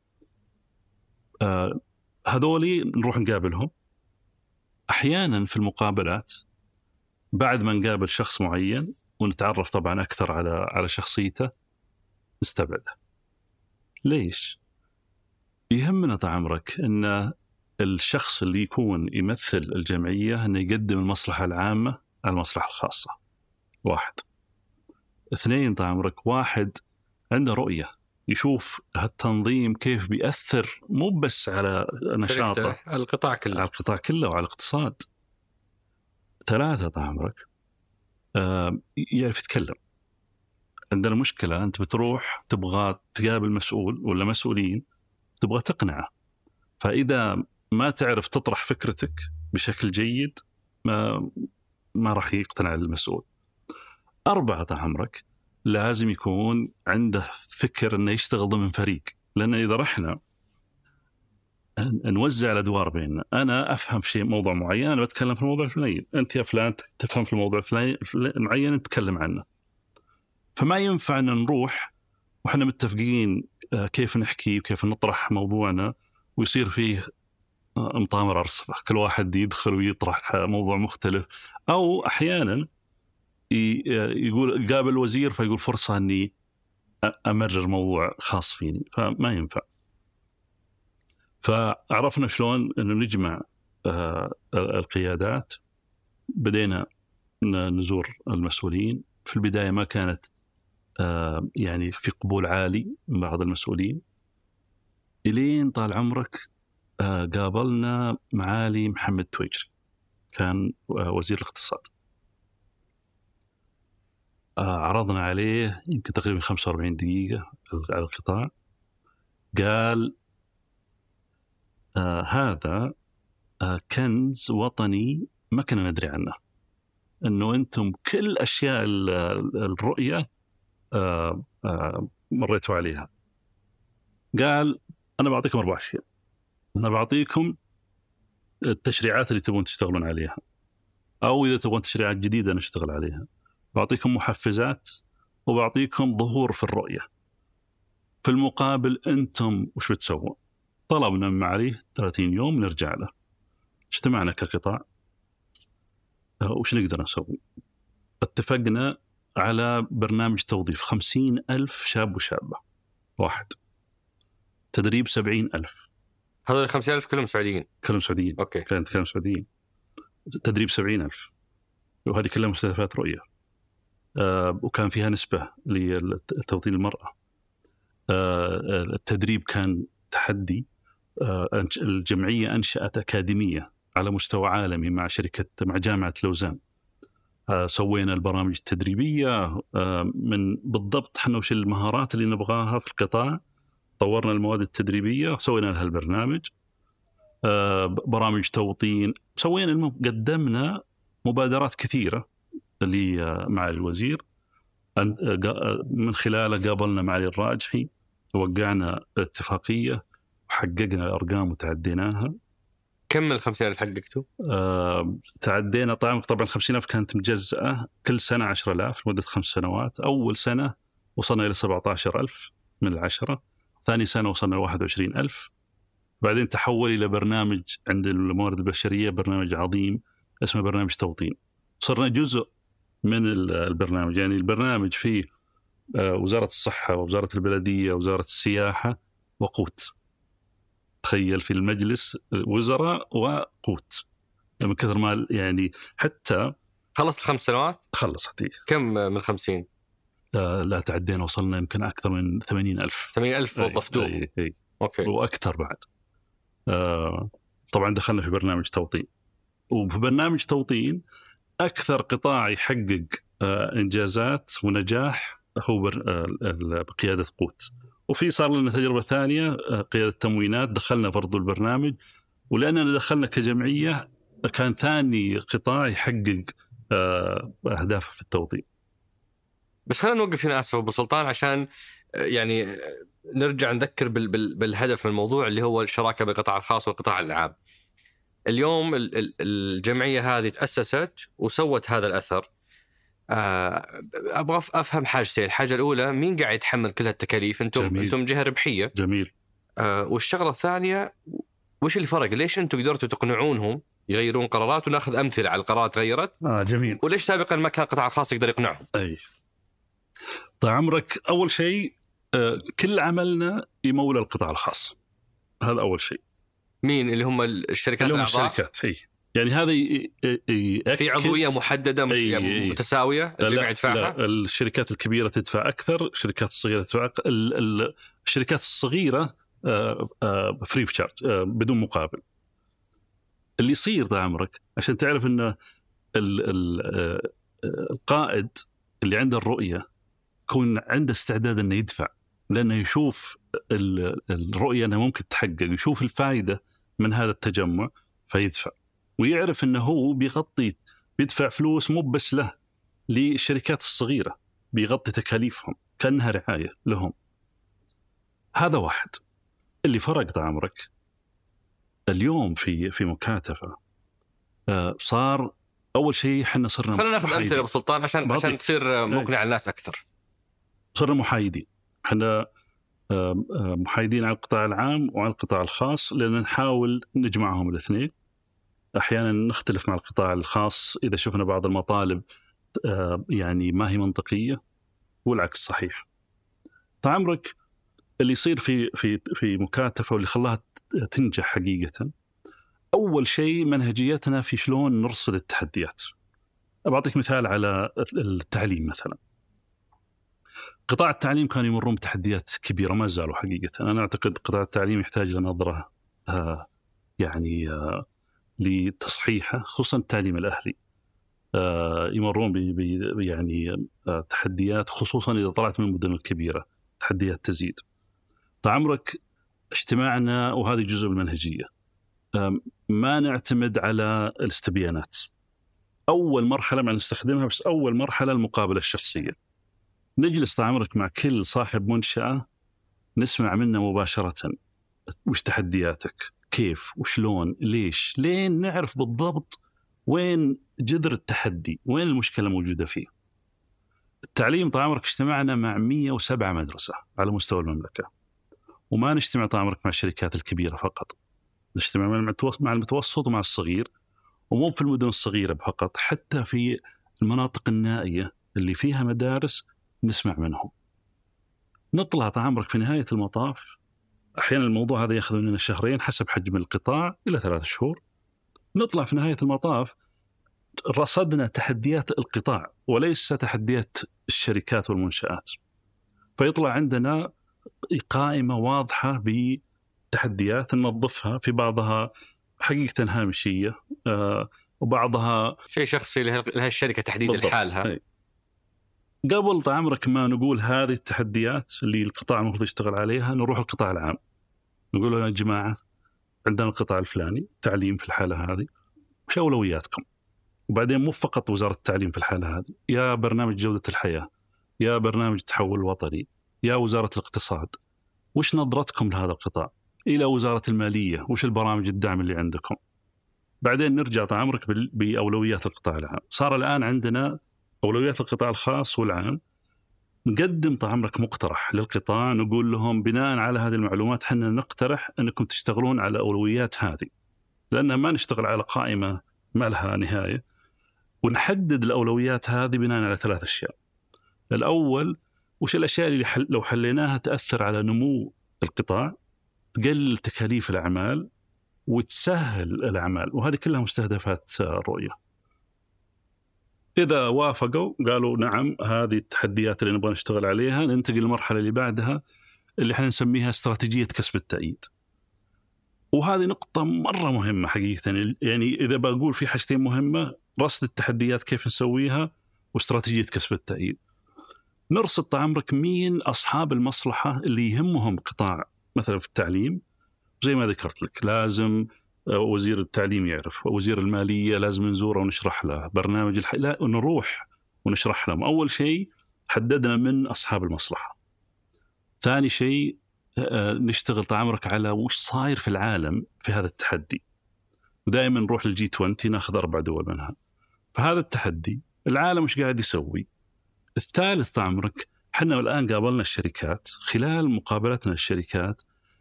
Speaker 2: آه هذولي نروح نقابلهم. أحيانا في المقابلات بعد ما نقابل شخص معين ونتعرف طبعا أكثر على على شخصيته نستبعده. ليش؟ يهمنا طال عمرك أن الشخص اللي يكون يمثل الجمعية أنه يقدم المصلحة العامة على المصلحة الخاصة. واحد. اثنين طال عمرك واحد عنده رؤية، يشوف هالتنظيم كيف بيأثر مو بس على نشاطه،
Speaker 3: على القطاع كله،
Speaker 2: على القطاع كله وعلى الاقتصاد. ثلاثة طال عمرك آه يعرف يتكلم. عندنا مشكلة، أنت بتروح تبغى تقابل مسؤول ولا مسؤولين تبغى تقنعه، فإذا ما تعرف تطرح فكرتك بشكل جيد ما ما راح يقتنع المسؤول. أربعة طال عمرك لازم يكون عنده فكر أنه يشتغل ضمن فريق، لأن إذا رحنا نوزع الأدوار بيننا، أنا أفهم في شيء موضوع معين أنا بتكلم في الموضوع الفلاني، أنت يا فلان تفهم في الموضوع الفلاني معين نتكلم عنه. فما ينفع أن نروح وإحنا متفقين كيف نحكي وكيف نطرح موضوعنا ويصير فيه مطامر أرصفة، كل واحد يدخل ويطرح موضوع مختلف أو أحيانا يقول قابل الوزير فيقول فرصة أني أمرر موضوع خاص فيني، فما ينفع. فعرفنا شلون أنه نجمع القيادات. بدينا نزور المسؤولين. في البداية ما كانت يعني في قبول عالي من بعض المسؤولين، إلين طال عمرك قابلنا معالي محمد تويجري، كان وزير الاقتصاد. عرضنا عليه يمكن تقريبا خمسة وأربعين دقيقة على القطاع. قال آه هذا آه كنز وطني ما كنا ندري عنه، أنه أنتم كل أشياء الرؤية آه آه مريتوا عليها. قال أنا بعطيكم أربع أشياء. أنا بعطيكم التشريعات اللي تبون تشتغلون عليها، أو إذا تبون تشريعات جديدة نشتغل عليها. بعطيكم محفزات وبعطيكم ظهور في الرؤية. في المقابل أنتم وش بتسووا؟ طلبنا من معاليه ثلاثين يوم نرجع له. اجتمعنا كقطاع، وش نقدر نسوي؟ اتفقنا على برنامج توظيف خمسين ألف شاب وشابة واحد، تدريب سبعين ألف.
Speaker 3: هذول الخمسين ألف كلهم سعوديين؟ كلهم
Speaker 2: سعوديين.
Speaker 3: أوكي.
Speaker 2: كانت كلهم سعوديين. تدريب سبعين ألف، وهذه كلها مستهدفات رؤية. آه وكان فيها نسبة لتوطين المرأة. آه التدريب كان تحدي. آه الجمعية أنشأت أكاديمية على مستوى عالمي مع شركة مع جامعة لوزان. آه سوينا البرامج التدريبية آه من بالضبط حنا وش المهارات اللي نبغاها في القطاع. طورنا المواد التدريبية وسوينا لها البرنامج. آه برامج توطين سوينا الم... قدمنا مبادرات كثيرة اللي مع الوزير. من خلاله قابلنا معالي الراجحي، وقعنا اتفاقية وحققنا أرقام وتعديناها.
Speaker 3: كم من الخمسين ألف حققتوا؟
Speaker 2: آه، تعدينا طبعا طبعا خمسين ألف كانت مجزأة كل سنة عشرة آلاف لمدة خمس سنوات. أول سنة وصلنا إلى سبعة عشر ألف من العشرة. ثاني سنة وصلنا إلى واحد وعشرين ألف. بعدين تحول إلى برنامج عند الموارد البشرية، برنامج عظيم اسمه برنامج توطين. صرنا جزء من البرنامج. يعني البرنامج فيه وزارة الصحة ووزارة البلدية ووزارة السياحة وقوت. تخيل في المجلس وزراء وقوت من كثر ما يعني. حتى
Speaker 3: خلصت الخمس سنوات؟
Speaker 2: خلصت.
Speaker 3: كم من خمسين؟
Speaker 2: آه لا تعدينا، وصلنا يمكن أكثر من ثمانين ألف.
Speaker 3: ثمانين ألف وظفتوه؟
Speaker 2: أي أي.
Speaker 3: أوكي.
Speaker 2: وأكثر بعد. آه طبعا دخلنا في برنامج توطين. وفي برنامج توطين أكثر قطاع يحقق آه إنجازات ونجاح هو آه بقيادة قوت. وفي صار لنا تجربة ثانية آه قيادة تموينات، دخلنا برضو البرنامج. ولأننا دخلنا كجمعية كان ثاني قطاع يحقق آه أهدافه في التوطين.
Speaker 3: بس خلينا نوقف هنا آسف أبو سلطان، عشان يعني نرجع نذكر بال بال بالهدف من الموضوع اللي هو الشراكة بالقطاع الخاص والقطاع العام. اليوم الجمعية هذه تأسست وسوت هذا الأثر. أبغى أفهم حاجتين. الحاجة الأولى، مين قاعد يتحمل كل هالتكاليف؟ أنتم جميل. أنتم جهة ربحية.
Speaker 2: جميل.
Speaker 3: والشغلة الثانية، وش الفرق؟ ليش أنتم قدرتوا تقنعونهم يغيرون قرارات؟ ونأخذ أمثلة على القرارات تغيرت.
Speaker 2: آه جميل.
Speaker 3: وليش سابقا ما كان القطاع الخاص يقدر يقنعهم؟
Speaker 2: أي طيب عمرك، أول شيء كل عملنا يمول القطاع الخاص. هذا أول شيء.
Speaker 3: مين اللي هم الشركات
Speaker 2: اللي هم
Speaker 3: الأعضاء؟
Speaker 2: الشركات. هي يعني هذا يأكد
Speaker 3: في عضوية محددة مش
Speaker 2: أي
Speaker 3: متساوية الجميع يدفعها؟
Speaker 2: لا، الشركات الكبيرة تدفع أكثر، الشركات الصغيرة تدفع أقل. الشركات الصغيرة فري تشارج بدون مقابل. اللي يصير ده عمرك عشان تعرف أن القائد اللي عنده الرؤية يكون عنده استعداد أنه يدفع، لأنه يشوف الرؤية أنها ممكن تحقق، يشوف الفائدة من هذا التجمع فيدفع، ويعرف أنه هو بيغطي بيدفع فلوس مو بس له، للشركات الصغيرة بيغطي تكاليفهم كأنها رعاية لهم. هذا واحد. اللي فرق ده عمرك اليوم في في مكاتفة آه صار أول شيء حنا صرنا
Speaker 3: خلينا ناخذ أمثلة أبو سلطان عشان
Speaker 2: باطي.
Speaker 3: عشان تصير مقنع الناس أكثر.
Speaker 2: صرنا محايدين. حنا آه محايدين على القطاع العام وعلى القطاع الخاص، لأن نحاول نجمعهم الاثنين. أحيانا نختلف مع القطاع الخاص إذا شفنا بعض المطالب يعني ما هي منطقية، والعكس صحيح. طعمرك اللي يصير في في في مكاتفة واللي خلاها تنجح حقيقة، أول شيء منهجيتنا في شلون نرصد التحديات. أعطيك مثال على التعليم مثلا. قطاع التعليم كانوا يمرون بتحديات كبيرة ما زالوا حقيقة. أنا أعتقد قطاع التعليم يحتاج لنظرة آه يعني آه لتصحيحه، خصوصا التعليم الأهلي. آه يمرون ب يعني آه تحديات، خصوصا إذا طلعت من المدن الكبيرة تحديات تزيد. طعمرك اجتماعنا وهذه جزء من المنهجية، آه ما نعتمد على الاستبيانات. أول مرحلة ما نستخدمها، بس أول مرحلة المقابلة الشخصية. نجلس طعمرك مع كل صاحب منشأة، نسمع منه مباشرة وش تحدياتك، كيف وشلون ليش، لين نعرف بالضبط وين جذر التحدي، وين المشكلة موجودة فيه. التعليم طعمرك اجتمعنا مع مئة وسبعة مدرسة على مستوى المملكة، وما نجتمع طعمرك مع الشركات الكبيرة فقط، نجتمع مع المتوسط ومع الصغير، ومو في المدن الصغيرة فقط، حتى في المناطق النائية اللي فيها مدارس نسمع منهم. نطلع طعمرك في نهاية المطاف، أحيانا الموضوع هذا يأخذ مننا شهرين حسب حجم القطاع إلى ثلاث شهور. نطلع في نهاية المطاف رصدنا تحديات القطاع وليس تحديات الشركات والمنشآت، فيطلع عندنا قائمة واضحة بتحديات ننظفها، في بعضها حقيقة هامشية آه وبعضها
Speaker 3: شيء شخصي لها الشركة تحديدا لحالها.
Speaker 2: قبل طعمرك ما نقول هذه التحديات اللي القطاع المفروض يشتغل عليها، نروح القطاع العام نقول يا جماعة عندنا القطاع الفلاني تعليم في الحالة هذه، وش أولوياتكم؟ وبعدين مو فقط وزارة التعليم في الحالة هذه، يا برنامج جودة الحياة، يا برنامج التحول الوطني، يا وزارة الاقتصاد، وش نظرتكم لهذا القطاع؟ إلى وزارة المالية، وش البرامج الدعم اللي عندكم؟ بعدين نرجع طعمرك بأولويات القطاع العام. صار الآن عندنا أولويات القطاع الخاص والعام. نقدم طعمرك مقترح للقطاع، نقول لهم بناء على هذه المعلومات حنا نقترح أنكم تشتغلون على أولويات هذه، لأن ما نشتغل على قائمة ما لها نهاية. ونحدد الأولويات هذه بناء على ثلاث أشياء. الأول، وش الأشياء اللي حل لو حليناها تأثر على نمو القطاع، تقلل تكاليف الأعمال وتسهل الأعمال، وهذه كلها مستهدفات الرؤية. إذا وافقوا قالوا نعم هذه التحديات اللي نبغى نشتغل عليها، ننتقل للمرحلة اللي بعدها اللي احنا نسميها استراتيجية كسب التأييد. وهذه نقطة مرة مهمة حقيقة. يعني إذا بقول في حاجتين مهمة، رصد التحديات كيف نسويها، واستراتيجية كسب التأييد. نرصد طعمرك مين أصحاب المصلحة اللي يهمهم قطاع مثلا في التعليم، زي ما ذكرت لك لازم وزير التعليم يعرف، وزير المالية لازم نزوره ونشرح له برنامج الحي... لا نروح ونشرح لهم. أول شيء حددنا من أصحاب المصلحة. ثاني شيء نشتغل طعمرك على وش صاير في العالم في هذا التحدي. ودائما نروح للجي عشرين ناخذ أربع دول منها. فهذا التحدي العالم وش قاعد يسوي. الثالث طعمرك حنا الآن قابلنا الشركات، خلال مقابلتنا الشركات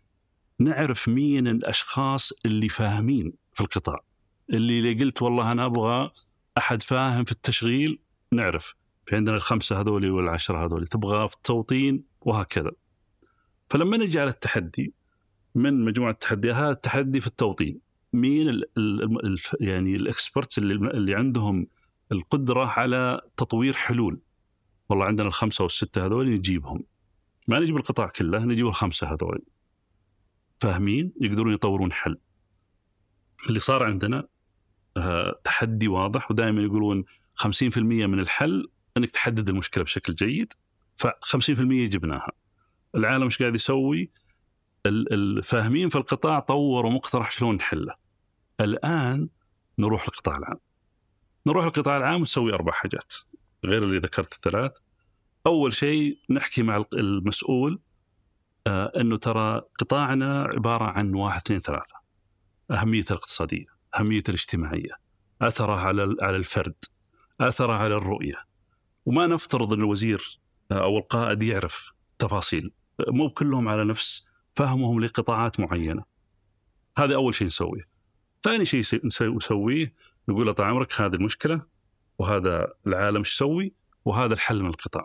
Speaker 2: نعرف مين الأشخاص اللي فاهمين في القطاع، اللي اللي قلت والله أنا أبغى أحد فاهم في التشغيل، نعرف في عندنا الخمسة هذولي والعشرة هذولي، تبغى في التوطين وهكذا. فلما نجي على التحدي من مجموعة التحديات، هذا التحدي في التوطين مين ال ال ال يعني الإكسبرتس اللي, اللي عندهم القدرة على تطوير حلول. والله عندنا الخمسة والستة هذولي نجيبهم، ما نجيب القطاع كله، نجيب الخمسة هذولي فاهمين يقدرون يطورون حل. اللي صار عندنا آه تحدي واضح، ودائما يقولون خمسين بالمئة من الحل أنك تحدد المشكلة بشكل جيد، فخمسين بالمئة جبناها. العالم مش قاعد يسوي، الفاهمين في القطاع طوروا مقترح شلون نحله. الآن نروح للقطاع العام. نروح للقطاع العام ونسوي أربع حاجات غير اللي ذكرت الثلاث. أول شيء نحكي مع المسؤول آه أنه ترى قطاعنا عبارة عن واحد اثنين ثلاثة: أهمية الاقتصادية، أهمية الاجتماعية، أثرها على على الفرد، أثرها على الرؤية. وما نفترض أن الوزير أو القائد يعرف تفاصيل، مو كلهم على نفس فهمهم لقطاعات معينة. هذا أول شيء نسويه. ثاني شيء نسويه نقول له طال عمرك هذه المشكلة وهذا العالم ايش يسوي وهذا الحل من القطاع.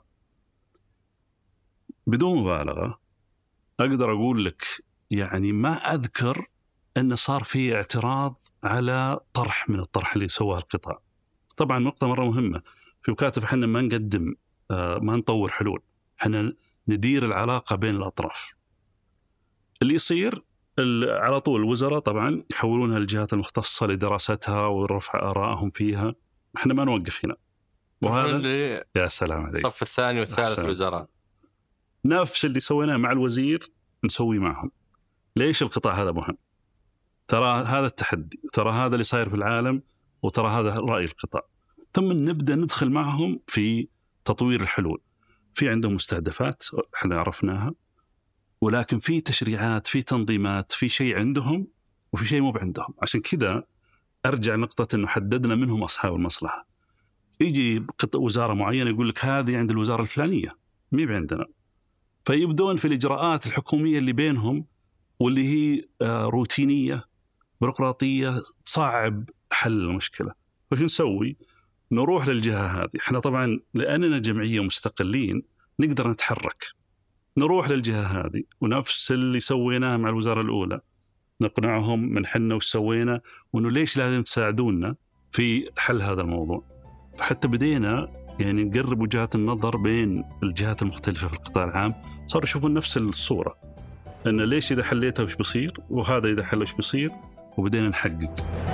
Speaker 2: بدون مبالغة أقدر أقول لك يعني ما أذكر أن صار في اعتراض على طرح من الطرح اللي سواه القطاع. طبعا نقطة مرة مهمة في وكاتب، احنا ما نقدم آه ما نطور حلول، احنا ندير العلاقة بين الأطراف. اللي يصير على طول الوزراء طبعا يحولونها للجهات المختصة لدراستها ورفع آرائهم فيها، احنا ما نوقف هنا. وهذا يا سلام عليك
Speaker 3: الصف الثاني والثالث الوزراء
Speaker 2: نفس اللي سويناه مع الوزير نسوي معهم. ليش القطاع هذا مهم؟ ترى هذا التحدي، ترى هذا اللي صاير في العالم، وترى هذا رأي القطاع. ثم نبدأ ندخل معهم في تطوير الحلول. في عندهم مستهدفات احنا عرفناها، ولكن في تشريعات، في تنظيمات، في شيء عندهم وفي شيء مو عندهم. عشان كذا أرجع نقطة إنه حددنا منهم أصحاب المصلحة. يجي وزارة معينة يقول لك هذه عند الوزارة الفلانية مي عندنا، فيبدون في الإجراءات الحكومية اللي بينهم واللي هي روتينية بيروقراطية تصعب حل المشكلة. فشو نسوي؟ نروح للجهة هذه. احنا طبعا لأننا جمعية مستقلين نقدر نتحرك، نروح للجهة هذه ونفس اللي سويناه مع الوزارة الأولى، نقنعهم من حنا وش سوينا وإنه ليش لازم تساعدونا في حل هذا الموضوع. فحتى بدينا يعني نقرب وجهات النظر بين الجهات المختلفة في القطاع العام، صاروا يشوفون نفس الصورة، أن ليش إذا حليتها وش بيصير وهذا إذا حل وش بيصير، وبدينا نحقق.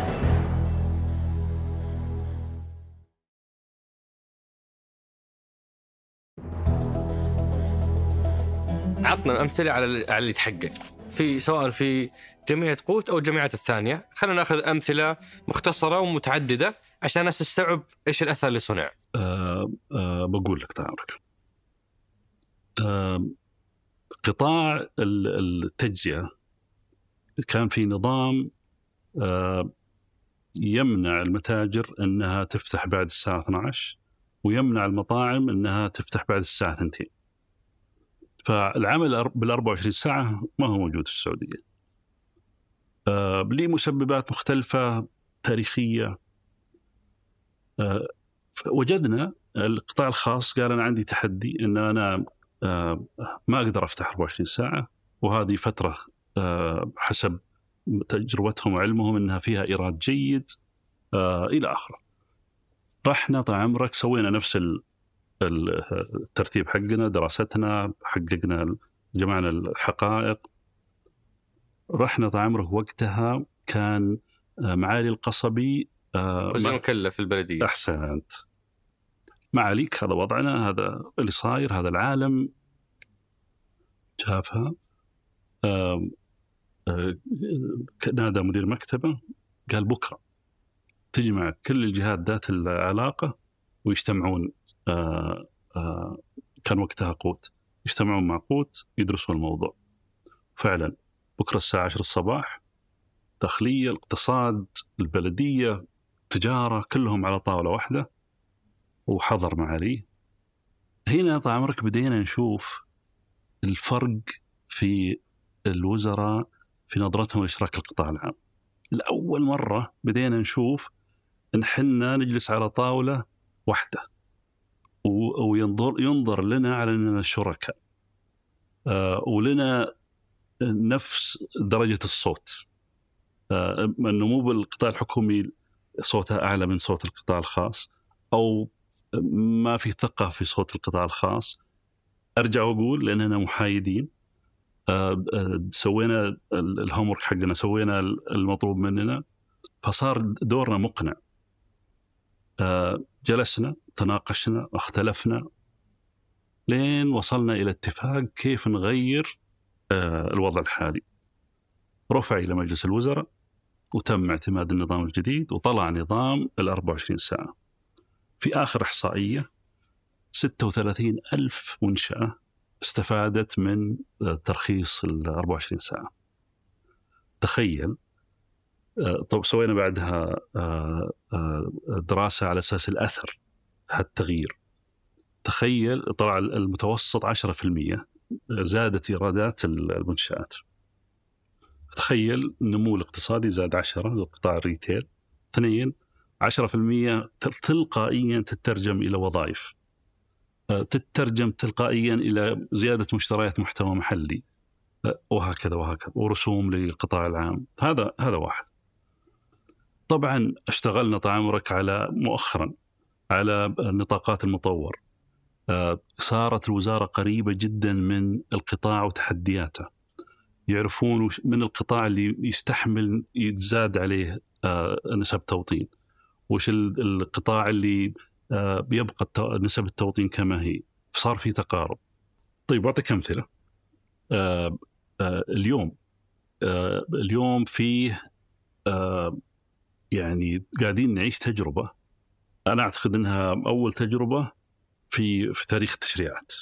Speaker 3: عطنا أمثلة على اللي تحقق في سواء في جمعية قوت أو جمعية الثانية. خلينا نأخذ أمثلة مختصرة ومتعددة عشان الناس تستوعب إيش الأثر اللي صنع.
Speaker 2: أه أه بقول لك تعرف أه قطاع التجزئة كان في نظام أه يمنع المتاجر أنها تفتح بعد الساعة اثنتي عشرة ويمنع المطاعم أنها تفتح بعد الساعة اثنتين. فالعمل بالأربعة وعشرين ساعة ما هو موجود في السعودية أه لمسببات مختلفة تاريخية. أه وجدنا القطاع الخاص قال أنا عندي تحدي أن أنا أه ما أقدر أفتح أربعة وعشرين ساعة، وهذه فترة أه حسب تجربتهم وعلمهم أنها فيها إيراد جيد أه إلى آخره. رحنا طال عمرك سوينا نفس الترتيب حقنا، دراستنا، حققنا، جمعنا الحقائق. رحنا طال عمرك وقتها كان معالي القصبي
Speaker 3: وزير مكلف البلدية.
Speaker 2: أحسنت، معاليك هذا وضعنا، هذا اللي صاير، هذا العالم. شافها آه آه نادى مدير مكتبه قال بكرة تجمع كل الجهات ذات العلاقة ويجتمعون. آه آه كان وقتها قوت، يجتمعون مع قوت يدرسون الموضوع. فعلا بكرة الساعة عشرة الصباح داخلية، الاقتصاد، البلدية، التجارة، كلهم على طاولة واحدة وحضر معالي. هنا طال عمرك بدينا نشوف الفرق في الوزراء في نظرتهم لإشراك القطاع العام. لأول مرة بدينا نشوف إن حنا نجلس على طاولة واحدة وينظر ينظر لنا على أننا شركاء، آه ولنا نفس درجة الصوت. آه أنه مو بالقطاع الحكومي صوتها أعلى من صوت القطاع الخاص، أو ما في ثقة في صوت القطاع الخاص. أرجع وأقول لأننا محايدين. آه سوينا الهومورك حقنا، سوينا المطلوب مننا، فصار دورنا مقنع. آه جلسنا، تناقشنا، اختلفنا، لين وصلنا إلى اتفاق كيف نغير آه الوضع الحالي. رفع إلى مجلس الوزراء وتم اعتماد النظام الجديد، وطلع نظام الأربعة وعشرين ساعة. في آخر إحصائية ستة وثلاثين ألف منشأة استفادت من ترخيص الأربعة وعشرين ساعة. تخيل. طب سوينا بعدها دراسة على أساس الأثر هالتغيير. تخيل طلع المتوسط عشرة في المية زادت إيرادات المنشآت. تخيل النمو الاقتصادي زاد عشرة للقطاع الريتيل. اثنين، عشرة في المية تلقائيا تترجم إلى وظائف، تترجم تلقائيا إلى زيادة مشتريات محتوى محلي، وهكذا وهكذا، ورسوم للقطاع العام. هذا هذا واحد. طبعا اشتغلنا طال عمرك على مؤخرا على النطاقات المطور. صارت الوزارة قريبة جدا من القطاع وتحدياته، يعرفون من القطاع اللي يستحمل يتزاد عليه نسب توطين، وش القطاع اللي بيبقى نسب التوطين كما هي. صار في تقارب. طيب أعطيك أمثلة. اليوم اليوم فيه يعني قاعدين نعيش تجربة، أنا أعتقد أنها أول تجربة في في تاريخ التشريعات.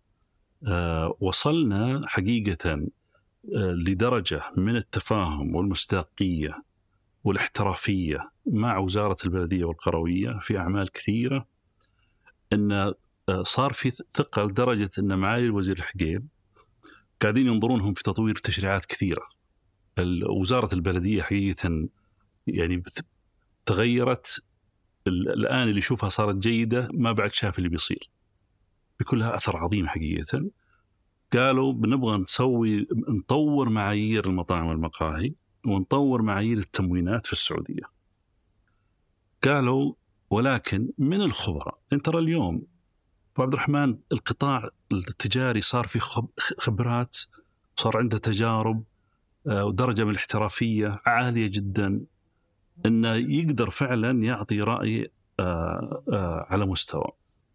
Speaker 2: وصلنا حقيقة لدرجة من التفاهم والمصداقية والاحترافية مع وزارة البلدية والقروية في أعمال كثيرة، أن صار في ثقة لدرجة أن معالي الوزير الحقيل قاعدين ينظرونهم في تطوير تشريعات كثيرة. وزارة البلدية حقيقة يعني تغيرت، الآن اللي يشوفها صارت جيدة، ما بعد شاف اللي بيصير، بيكون لها أثر عظيم حقيقة. قالوا بنبغى نسوي نطور معايير المطاعم والمقاهي ونطور معايير التموينات في السعودية. قالوا ولكن من الخبراء، انت ترى اليوم عبد الرحمن القطاع التجاري صار في خبرات، صار عنده تجارب ودرجة من الاحترافية عالية جدا، انه يقدر فعلا يعطي رأي على مستوى.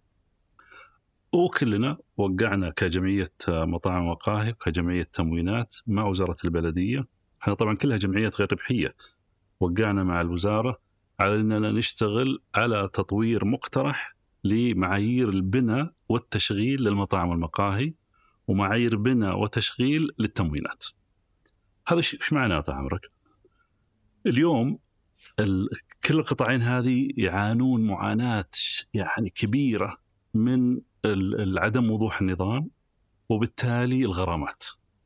Speaker 2: وكلنا وقعنا كجمعية مطاعم ومقاهي وكجمعية تموينات مع وزارة البلدية، احنا طبعا كلها جمعيات غير ربحية، وقعنا مع الوزارة على أننا نشتغل على تطوير مقترح لمعايير البناء والتشغيل للمطاعم والمقاهي ومعايير بناء وتشغيل للتموينات. هذا ايش معناه طال عمرك؟ اليوم كل القطاعين هذه يعانون معاناة يعني كبيرة من عدم وضوح النظام، وبالتالي الغرامات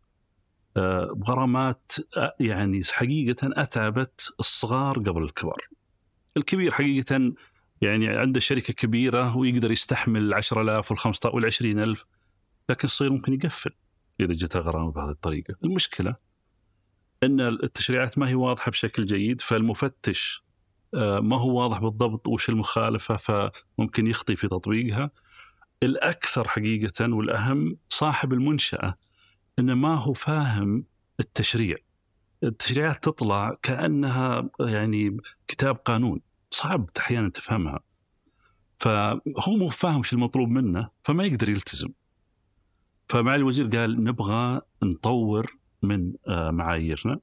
Speaker 2: غرامات يعني حقيقة أتعبت الصغار قبل الكبار. الكبير حقيقة يعني عنده شركة كبيرة ويقدر يستحمل العشرة آلاف والخمسة والعشرين ألف، لكن الصغير ممكن يقفل إذا جت غرامة بهذه الطريقة. المشكلة أن التشريعات ما هي واضحة بشكل جيد، فالمفتش ما هو واضح بالضبط وش المخالفة، فممكن يخطي في تطبيقها. الأكثر حقيقة والأهم صاحب المنشأة إنه ما هو فاهم التشريع. التشريعات تطلع كأنها يعني كتاب قانون، صعب أحيانا تفهمها، فهو مو فاهم وش المطلوب منه فما يقدر يلتزم. فمع الوزير قال نبغى نطور من معاييرنا،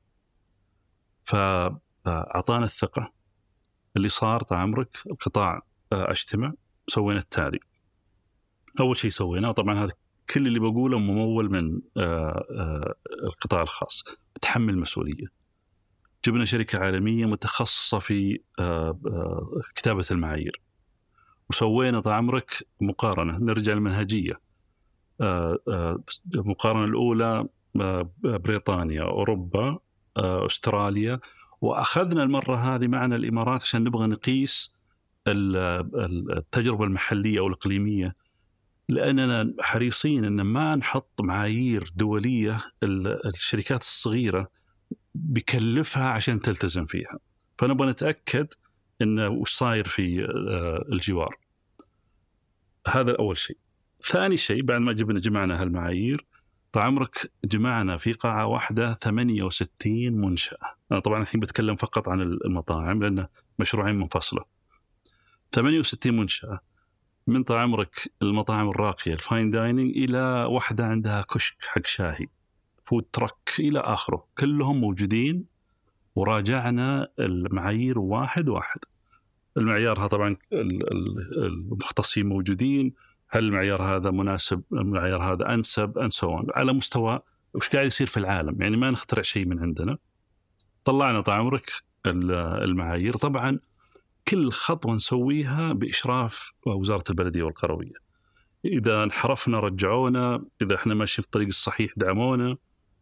Speaker 2: فأعطانا الثقة. اللي صار طال عمرك القطاع اجتمع، سوينا التالي. أول شيء سويناه، طبعا هذا كل اللي بقوله ممول من القطاع الخاص، تحمل مسؤولية. جبنا شركة عالمية متخصصة في كتابة المعايير، وسوينا طال عمرك مقارنة، نرجع للمنهجية. المقارنة الأولى بريطانيا، أوروبا، أستراليا، وأخذنا المرة هذه معنا الإمارات عشان نبغى نقيس التجربة المحلية أو الإقليمية، لأننا حريصين أن ما نحط معايير دولية الشركات الصغيرة بكلفها عشان تلتزم فيها، فنبغى نتأكد أنه وش صاير في الجوار. هذا الأول شيء. ثاني شيء، بعد ما جبنا جمعنا هالمعايير، طال عمرك جمعنا في قاعة واحدة ثمانية وستين منشأة. أنا طبعا الحين بتكلم فقط عن المطاعم لأنه مشروعين منفصلة. ثمانية وستين منشأة، من طال عمرك المطاعم الراقية الفاين دايننج إلى واحدة عندها كشك حق شاهي، فود ترك إلى آخره، كلهم موجودين. وراجعنا المعايير واحد واحد. المعيار هذا طبعا المختصين موجودين، هل المعيار هذا مناسب، المعيار هذا أنسب، أنسون على مستوى وش قاعد يصير في العالم، يعني ما نخترع شيء من عندنا. طلعنا طال عمرك المعايير. طبعا كل خطوة نسويها بإشراف وزارة البلدية والقروية. إذا انحرفنا رجعونا، إذا إحنا ماشيين في الطريق الصحيح دعمونا.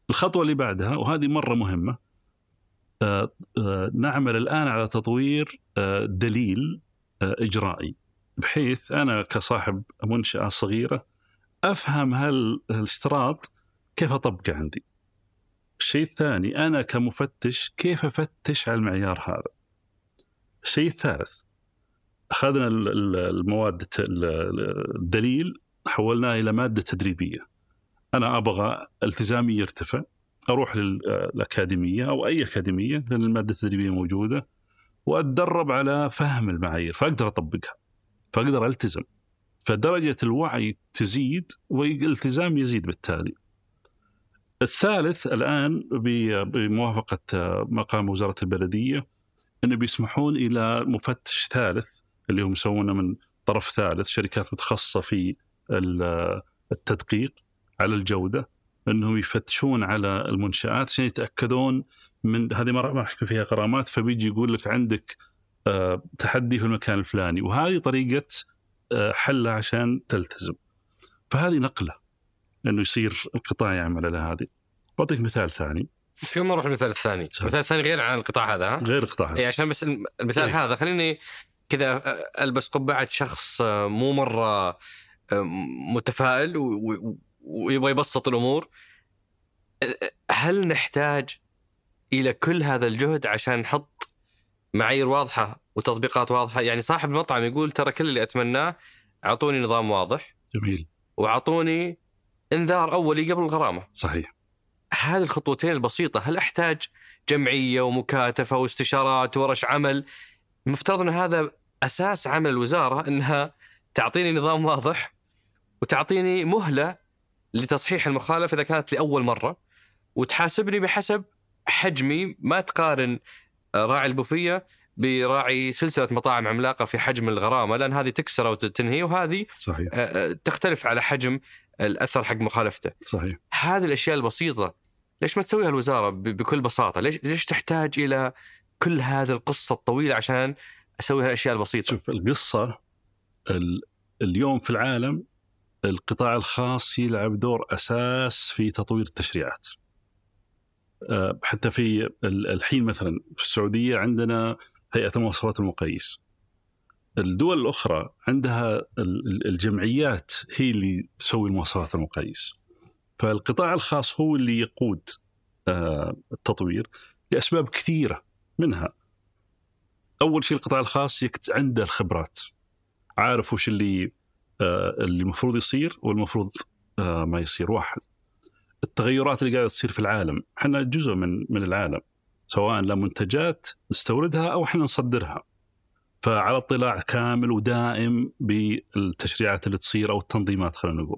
Speaker 2: الخطوة اللي بعدها وهذه مرة مهمة، آه آه نعمل الآن على تطوير آه دليل آه إجرائي، بحيث أنا كصاحب منشأة صغيرة أفهم هل الاشتراط كيف أطبقه عندي. الشيء الثاني، أنا كمفتش كيف أفتش على المعيار هذا. الشيء الثالث، أخذنا المواد الدليل حولناه إلى مادة تدريبية. أنا أبغى التزامي يرتفع، أروح للأكاديمية أو أي أكاديمية لأن المادة التدريبية موجودة، وأتدرب على فهم المعايير فأقدر أطبقها، فأقدر ألتزم، فدرجة الوعي تزيد والالتزام يزيد بالتالي. الثالث الآن بموافقة مقام وزارة البلدية أنه بيسمحون إلى مفتش ثالث اللي هم يسوونه من طرف ثالث، شركات متخصصة في التدقيق على الجودة، أنهم يفتشون على المنشآت عشان يتأكدون من هذه. ما راح أحكي فيها غرامات، فبيجي يقول لك عندك تحدي في المكان الفلاني، وهذه طريقة حلها عشان تلتزم. فهذه نقلة أنه يصير القطاع يعمل على هذه. أعطيك مثال ثاني.
Speaker 3: بس قبل ما نروح للمثال الثاني، المثال الثاني غير عن القطاع هذا،
Speaker 2: غير القطاع هذا.
Speaker 3: إيه عشان بس المثال إيه؟ هذا خليني كذا ألبس قبعة شخص مو مرة متفائل ويبغى يبسط الأمور. هل نحتاج إلى كل هذا الجهد عشان نحط معايير واضحة وتطبيقات واضحة؟ يعني صاحب المطعم يقول ترى كل اللي أتمناه أعطوني نظام واضح،
Speaker 2: جميل،
Speaker 3: وأعطوني إنذار أولي قبل الغرامة.
Speaker 2: صحيح.
Speaker 3: هذه الخطوتين البسيطة هل أحتاج جمعية ومكاتفة واستشارات ورش عمل؟ المفترض أن هذا أساس عمل الوزارة، أنها تعطيني نظام واضح وتعطيني مهلة لتصحيح المخالفة إذا كانت لأول مرة، وتحاسبني بحسب حجمي، ما تقارن راعي البوفية براعي سلسلة مطاعم عملاقة في حجم الغرامة، لأن هذه تكسر وتنهي، وهذه
Speaker 2: صحيح
Speaker 3: تختلف على حجم الأثر حق مخالفته.
Speaker 2: صحيح.
Speaker 3: هذه الأشياء البسيطة ليش ما تسويها الوزارة بكل بساطة؟ ليش ليش تحتاج إلى كل هذه القصة الطويلة عشان أسوي الأشياء البسيطة؟
Speaker 2: شوف القصة، اليوم في العالم القطاع الخاص يلعب دور أساس في تطوير التشريعات. حتى في الحين مثلا في السعودية عندنا هيئة المواصفات المقيس. الدول الأخرى عندها الجمعيات هي اللي تسوي المواصفات المقيس. فالقطاع الخاص هو اللي يقود التطوير لأسباب كثيرة، منها أول شيء القطاع الخاص عنده الخبرات، عارف وش اللي اللي المفروض يصير والمفروض ما يصير. واحد، التغيرات اللي قاعدة تصير في العالم، احنا جزء من من العالم، سواء لمنتجات نستوردها أو احنا نصدرها، فعلى اطلاع كامل ودائم بالتشريعات اللي تصير أو التنظيمات خلينا نقول.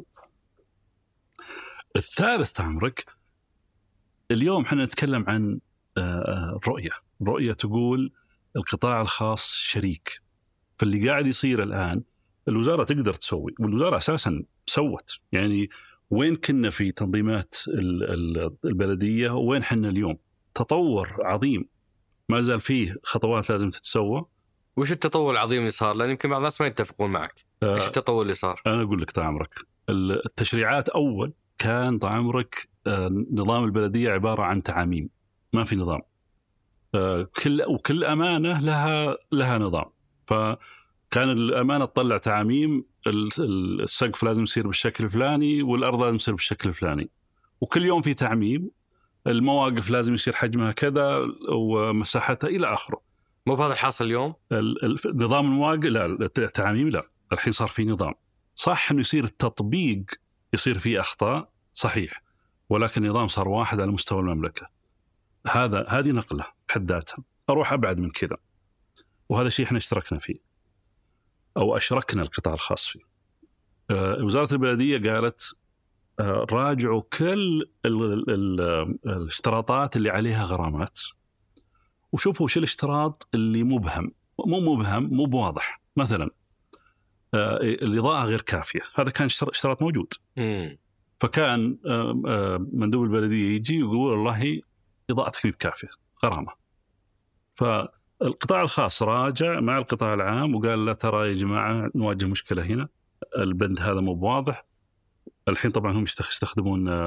Speaker 2: الثالث تعمرك، اليوم احنا نتكلم عن رؤية رؤية تقول القطاع الخاص شريك. فاللي قاعد يصير الآن الوزارة تقدر تسوي، والوزارة أساسا سوت. يعني وين كنا في تنظيمات البلدية وين حنا اليوم؟ تطور عظيم، ما زال فيه خطوات لازم تتسوى.
Speaker 3: وش التطور العظيم اللي صار؟ لأن يمكن بعض الناس ما يتفقون معك.
Speaker 2: آه
Speaker 3: وش التطور اللي صار؟
Speaker 2: أنا أقول لك طعمرك، التشريعات أول كان طعمرك آه نظام البلدية عبارة عن تعاميم، ما في نظام. آه كل وكل أمانة لها لها نظام. فكان الأمانة تطلع تعاميم، السقف لازم يصير بالشكل الفلاني والأرض لازم يصير بالشكل الفلاني، وكل يوم في تعميم. المواقف لازم يصير حجمها كذا ومساحتها إلى آخره.
Speaker 3: مو بهذا الحاصل اليوم؟
Speaker 2: نظام المواقف لا، التعاميم لا، الحين صار في نظام. صح إنه يصير التطبيق يصير فيه أخطاء، صحيح، ولكن النظام صار واحد على مستوى المملكة. هذا هذه نقلة بحد ذاتها. أروح أبعد من كذا، وهذا شيء إحنا اشتركنا فيه أو أشركنا القطاع الخاص فيه. آه وزارة البلدية قالت آه راجعوا كل ال ال الاشتراطات اللي عليها غرامات، وشوفوا وش الاشتراط اللي مبهم، مو مبهم مو بواضح. مثلا آه الإضاءة غير كافية، هذا كان اشتراط موجود.
Speaker 3: مم.
Speaker 2: فكان آه آه مندوب البلدية يجي يقول والله إضاءتك مو بكافية، غرامة. فالقطاع الخاص راجع مع القطاع العام وقال لا ترى يا جماعة نواجه مشكلة هنا، البند هذا مو بواضح. الحين طبعا هم يستخدمون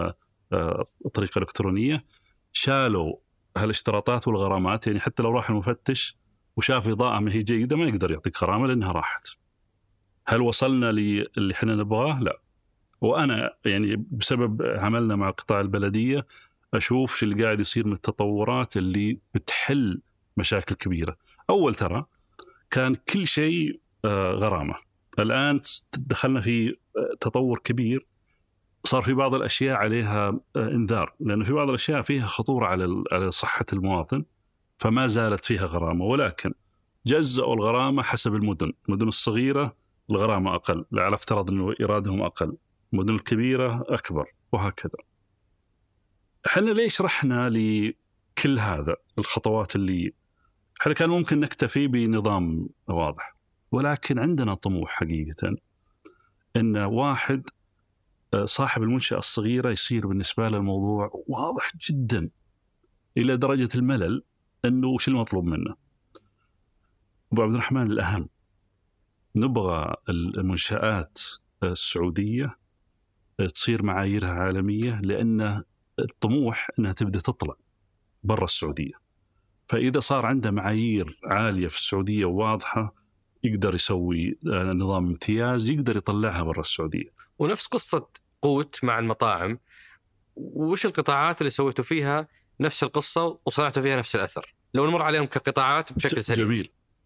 Speaker 2: طريقة إلكترونية، شالوا هالاشتراطات والغرامات. يعني حتى لو راح المفتش وشاف إضاءة ما هي جيدة ما يقدر يعطيك غرامة لأنها راحت. هل وصلنا للي احنا نبغاه؟ لا. وأنا يعني بسبب عملنا مع قطاع البلدية أشوف شو اللي قاعد يصير من التطورات اللي بتحل مشاكل كبيرة. أول ترى كان كل شيء غرامة، الآن دخلنا في تطور كبير، صار في بعض الأشياء عليها إنذار، لأن في بعض الأشياء فيها خطورة على صحة المواطن فما زالت فيها غرامة، ولكن جزأوا الغرامة حسب المدن. المدن الصغيرة الغرامة أقل، على افترض أنه إيرادهم أقل، المدن الكبيرة أكبر، وهكذا. احنا ليش رحنا لكل هذا الخطوات اللي احنا كان ممكن نكتفي بنظام واضح، ولكن عندنا طموح حقيقة أن واحد صاحب المنشأة الصغيرة يصير بالنسبة له الموضوع واضح جدا إلى درجة الملل، أنه وش المطلوب منه. أبو عبد الرحمن، الأهم نبغى المنشآت السعودية تصير معاييرها عالمية، لأن الطموح أنها تبدأ تطلع برا السعودية. فإذا صار عنده معايير عالية في السعودية واضحة يقدر يسوي نظام امتياز يقدر يطلعها برا السعودية.
Speaker 3: ونفس قصة قوت مع المطاعم، وش القطاعات اللي سويتوا فيها نفس القصة وصنعتوا فيها نفس الأثر؟ لو نمر عليهم كقطاعات بشكل سريع.
Speaker 2: جميل.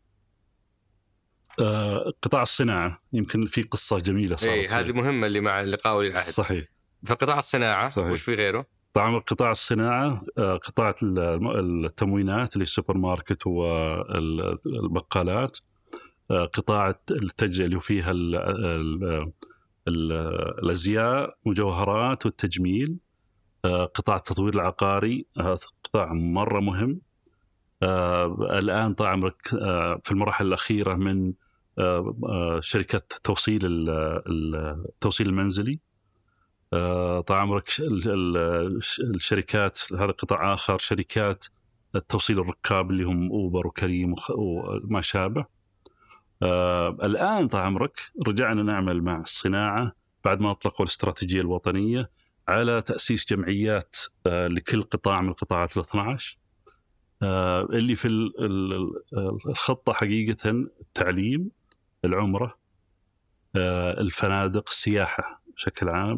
Speaker 2: آه، قطاع الصناعة يمكن في قصة جميلة صارت.
Speaker 3: إيه، هذه مهمة اللي مع اللقاء والعهد.
Speaker 2: صحيح.
Speaker 3: فقطاع الصناعة
Speaker 2: صحيح.
Speaker 3: وش في غيره؟
Speaker 2: طبعا قطاع الصناعة، آه، قطاع التموينات اللي السوبر ماركت والبقالات، آه، قطاع التجزئة اللي فيها ال ال ال الأزياء مجوهرات والتجميل، آه، قطاع التطوير العقاري، هذا قطاع مرة مهم. آه، الآن طبعا آه، في المراحل الأخيرة من آه، آه، شركات توصيل التوصيل المنزلي، آه، طال عمرك الشركات، هذا قطاع آخر، شركات التوصيل الركاب اللي هم أوبر وكريم وما شابه. آه، الآن طال عمرك رجعنا نعمل مع الصناعة بعد ما أطلقوا الاستراتيجية الوطنية على تأسيس جمعيات آه، لكل قطاع من القطاعات الاثنى عشر، آه، اللي في الخطة حقيقة التعليم، العمرة، آه، الفنادق، السياحة بشكل عام.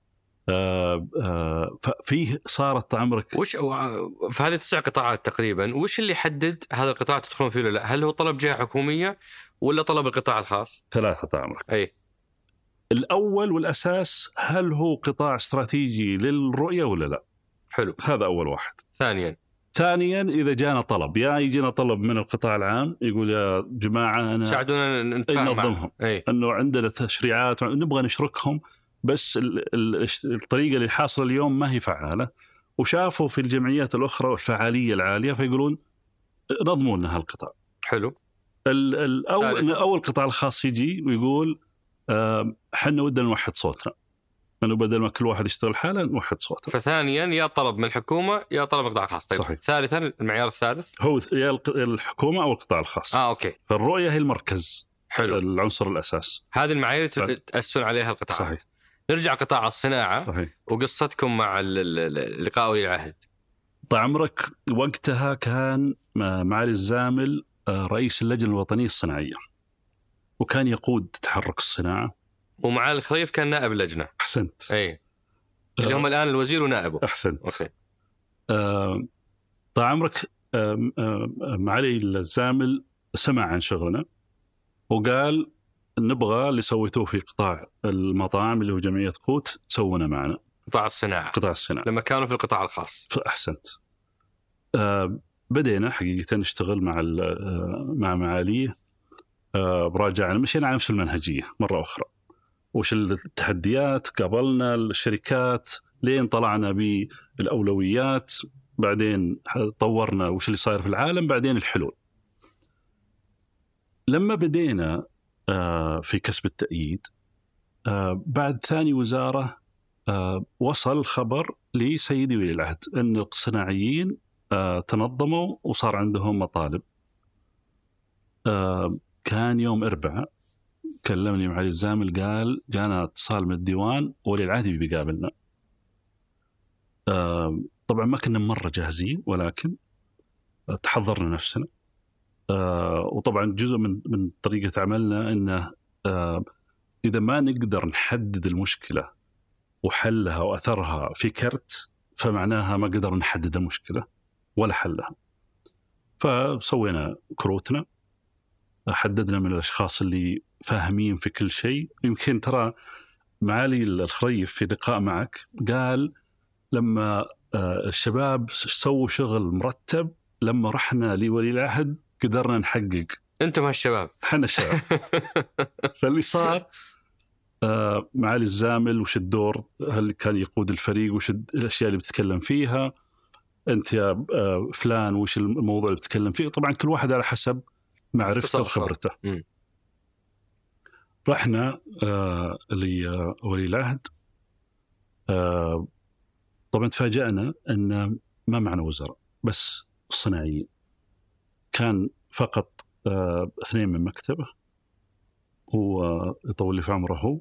Speaker 2: آه آه ففيه صارت عمرك
Speaker 3: وش في هذه تسع قطاعات تقريبا، وش اللي يحدد هذا القطاع تدخلون فيه ولا لا؟ هل هو طلب جهة حكومية ولا طلب القطاع الخاص؟
Speaker 2: ثلاثة عمرك.
Speaker 3: أي
Speaker 2: الأول والأساس، هل هو قطاع استراتيجي للرؤية ولا لا؟
Speaker 3: حلو،
Speaker 2: هذا أول واحد.
Speaker 3: ثانيا
Speaker 2: ثانيا إذا جانا طلب، يا يجينا طلب من القطاع العام يقول يا جماعة أنا
Speaker 3: ساعدونا نتفاهم
Speaker 2: ننظمهم، أنه عندنا تشريعات نبغى نشركهم، بس الطريقة اللي حاصلة اليوم ما هي فعالة، وشافوا في الجمعيات الأخرى الفعالية العالية فيقولون نظموا لنا هالقطاع.
Speaker 3: حلو.
Speaker 2: الأول أول قطاع الخاص يجي ويقول احنا ودنا نوحد صوتنا، انه بدل ما كل واحد يشتغل حاله نوحد صوته.
Speaker 3: فثانيا يا طلب من الحكومه يا طلب القطاع الخاص. طيب
Speaker 2: صحيح.
Speaker 3: ثالثا المعيار الثالث
Speaker 2: هو يا الحكومه او القطاع الخاص.
Speaker 3: اه اوكي.
Speaker 2: فالرؤيه هي المركز.
Speaker 3: حلو.
Speaker 2: العنصر الاساس.
Speaker 3: هذه المعايير تأسسون عليها القطاع.
Speaker 2: صحيح.
Speaker 3: نرجع قطاع الصناعه.
Speaker 2: صحيح.
Speaker 3: وقصتكم مع اللقاء ولي العهد.
Speaker 2: طال عمرك وقتها كان معالي الزامل رئيس اللجنه الوطنيه الصناعيه، وكان يقود تحرك الصناعه.
Speaker 3: ومعالي الخليف كان نائب اللجنه.
Speaker 2: احسنت.
Speaker 3: اي اللي هم الان الوزير ونائبه.
Speaker 2: احسنت.
Speaker 3: اوكي.
Speaker 2: آه طال عمرك آه آه معالي الزامل سمع عن شغلنا وقال نبغى اللي سويتوه في قطاع المطاعم اللي هو جمعيه قوت تسوونه معنا.
Speaker 3: قطاع الصناعه.
Speaker 2: قطاع الصناعه
Speaker 3: لما كانوا في القطاع الخاص.
Speaker 2: احسنت. آه بدينا حقيقه نشتغل مع مع معاليه، آه براجعنا مشينا على نفس المنهجيه مره اخرى، وش التحديات، قابلنا الشركات لين طلعنا بالأولويات، بعدين طورنا وش اللي صاير في العالم، بعدين الحلول. لما بدينا في كسب التأييد بعد ثاني وزارة وصل الخبر لسيدي ولي العهد أن الصناعيين تنظموا وصار عندهم مطالب. كان يوم أربعة كلمني معالي الزامل قال جانا اتصال من الديوان ولي العهد بيقابلنا. آه طبعا ما كنا مرة جاهزين، ولكن تحضرنا نفسنا. آه وطبعا جزء من من طريقة عملنا أنه آه إذا ما نقدر نحدد المشكلة وحلها وأثرها في كرت، فمعناها ما قدر نحدد المشكلة ولا حلها. فسوينا كروتنا، حددنا من الأشخاص اللي فاهمين في كل شيء. يمكن ترى معالي الخريف في لقاء معك قال لما الشباب سووا شغل مرتب، لما رحنا لولي العهد قدرنا نحقق.
Speaker 3: أنتم هالشباب،
Speaker 2: حنا الشباب. فاللي صار معالي الزامل وش الدور، هل كان يقود الفريق، وش الأشياء اللي بتتكلم فيها أنت يا فلان، وش الموضوع اللي بتتكلم فيه. طبعا كل واحد على حسب معرفته وخبرته. رحنا آه لولي العهد. آه طبعا تفاجأنا أن ما معنا وزراء، بس الصناعيين. كان فقط آه اثنين من مكتبه، هو يطول لي في عمره هو.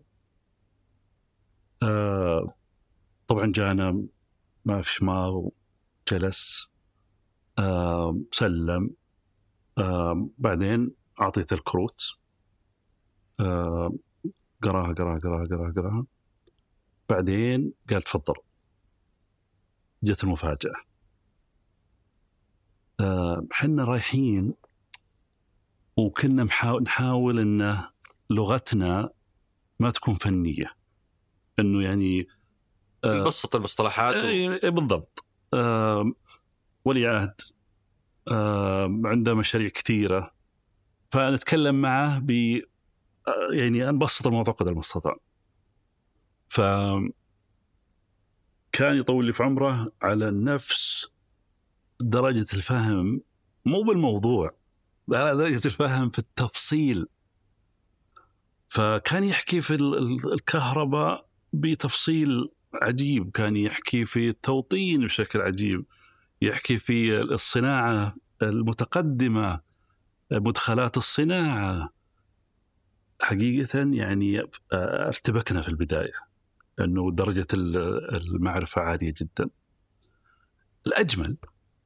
Speaker 2: آه طبعا جانا ما في شماغ، جلس آه سلم. آه بعدين أعطيته الكروت، آه قراها قراها قراها قراها قراها. بعدين قال تفضل. جت المفاجأة. آه حنا رايحين وكنا نحاول أن لغتنا ما تكون فنية، أنه يعني
Speaker 3: آه نبسط المصطلحات
Speaker 2: و... بالضبط. آه ولي عهد آه عنده مشاريع كثيرة، فنتكلم معه ب آه يعني نبسط الموضوع قدر المستطاع. فكان يطول لي في عمره على نفس درجة الفهم، مو بالموضوع، على درجة الفهم في التفصيل. فكان يحكي في الكهرباء بتفصيل عجيب، كان يحكي في التوطين بشكل عجيب، يحكي في الصناعة المتقدمة، مدخلات الصناعة. حقيقة يعني ارتبكنا في البداية، أنه درجة المعرفة عالية جدا. الأجمل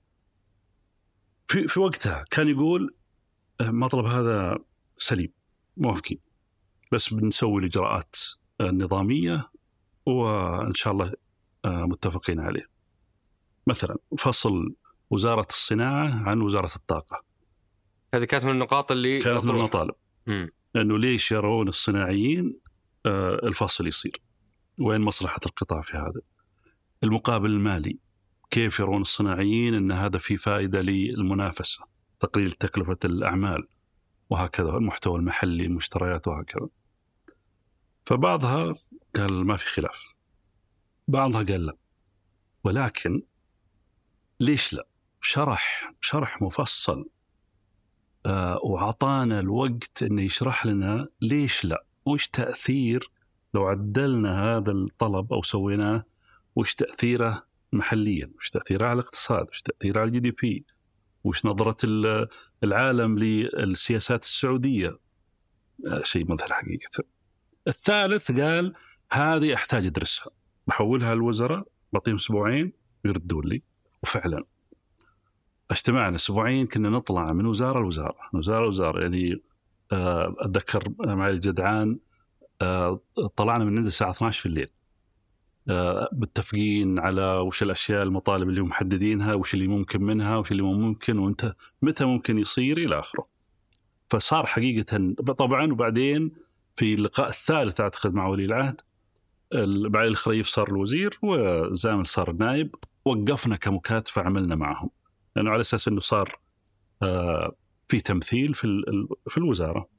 Speaker 2: في, في وقتها كان يقول مطلب هذا سليم، موافقين، بس بنسوي الإجراءات النظامية وإن شاء الله متفقين عليه. مثلا فصل وزارة الصناعة عن وزارة الطاقة،
Speaker 3: هذه كانت من النقاط اللي
Speaker 2: كانت من المطالب. لأنه ليش يرون الصناعيين الفصل يصير؟ وين مصلحة القطاع في هذا؟ المقابل المالي، كيف يرون الصناعيين أن هذا في فائدة للمنافسة، تقليل تكلفة الأعمال، وهكذا المحتوى المحلي، المشتريات، وهكذا. فبعضها قال ما في خلاف، بعضها قال لا، ولكن ليش لا؟ شرح شرح مفصل، آه وعطانا الوقت أنه يشرح لنا ليش لا، وش تأثير لو عدلنا هذا الطلب أو سويناه، وش تأثيره محليا، وش تأثيره على الاقتصاد، وش تأثيره على الجي دي بي، وش نظرة العالم للسياسات السعودية. آه شيء مذهل حقيقة. الثالث قال هذه أحتاج أدرسها، بحولها للوزراء، بعطيهم أسبوعين يردون لي. وفعلا اجتمعنا أسبوعين، كنا نطلع من وزارة لوزارة، وزارة لوزارة. يعني آه أتذكر معالي الجدعان آه طلعنا من عنده الساعة اثناشر في الليل، آه متفقين على وش الأشياء المطالب اللي هم محددينها، وش اللي ممكن منها، وش اللي مو ممكن، وانت متى ممكن يصير إلى آخره. فصار حقيقة طبعا. وبعدين في اللقاء الثالث أعتقد مع ولي العهد، معالي الخريف صار الوزير وزامل صار النائب، وقفنا كمكاتفة عملنا معهم، لأنه على أساس أنه صار آه في تمثيل في في الوزارة.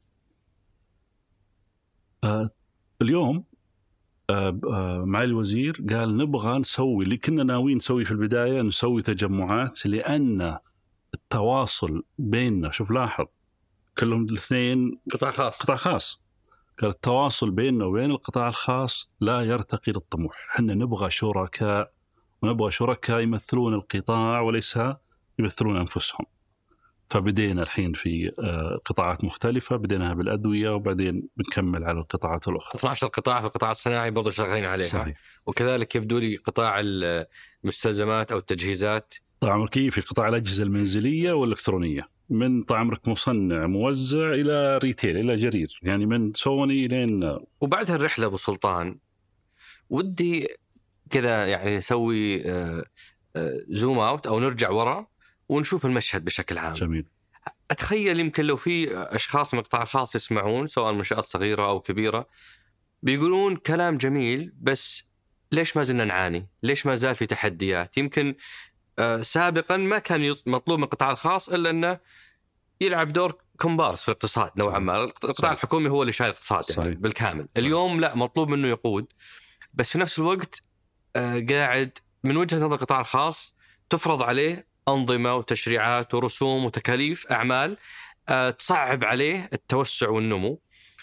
Speaker 2: آه اليوم آه آه معالي الوزير قال نبغى نسوي اللي كنا ناويين نسوي في البداية، نسوي تجمعات، لأن التواصل بيننا، شوف لاحظ كلهم الاثنين
Speaker 3: قطاع خاص
Speaker 2: قطاع خاص قال التواصل بيننا وبين القطاع الخاص لا يرتقي للطموح. حنا نبغى شركاء، ونبغى شركاء يمثلون القطاع وليس يمثلون أنفسهم. فبدينا الحين في قطاعات مختلفة، بديناها بالأدوية وبعدين بنكمل على القطاعات الأخرى.
Speaker 3: اثنا عشر قطاع في القطاع الصناعي برضو شغالين عليها.
Speaker 2: صحيح.
Speaker 3: وكذلك يبدو لي قطاع المستلزمات أو التجهيزات.
Speaker 2: طال عمرك في قطاع الأجهزة المنزلية والإلكترونية، من طال عمرك مصنع موزع إلى ريتيل إلى جرير، يعني من سوني لين.
Speaker 3: وبعد هالرحلة أبو سلطان ودي كذا يعني نسوي زوم أوت أو نرجع ورا ونشوف المشهد بشكل عام.
Speaker 2: جميل.
Speaker 3: أتخيل يمكن لو في أشخاص من القطاع الخاص يسمعون سواء منشآت صغيرة أو كبيرة بيقولون كلام جميل، بس ليش ما زلنا نعاني؟ ليش ما زال في تحديات؟ يمكن سابقا ما كان مطلوب من القطاع الخاص إلا أنه يلعب دور كومبارس في الاقتصاد نوعا ما. القطاع الحكومي هو اللي شايل الاقتصاد يعني بالكامل. صحيح. اليوم لا، مطلوب منه يقود، بس في نفس الوقت قاعد من وجهة نظر القطاع الخاص تفرض عليه أنظمة وتشريعات ورسوم وتكاليف أعمال تصعب عليه التوسع والنمو.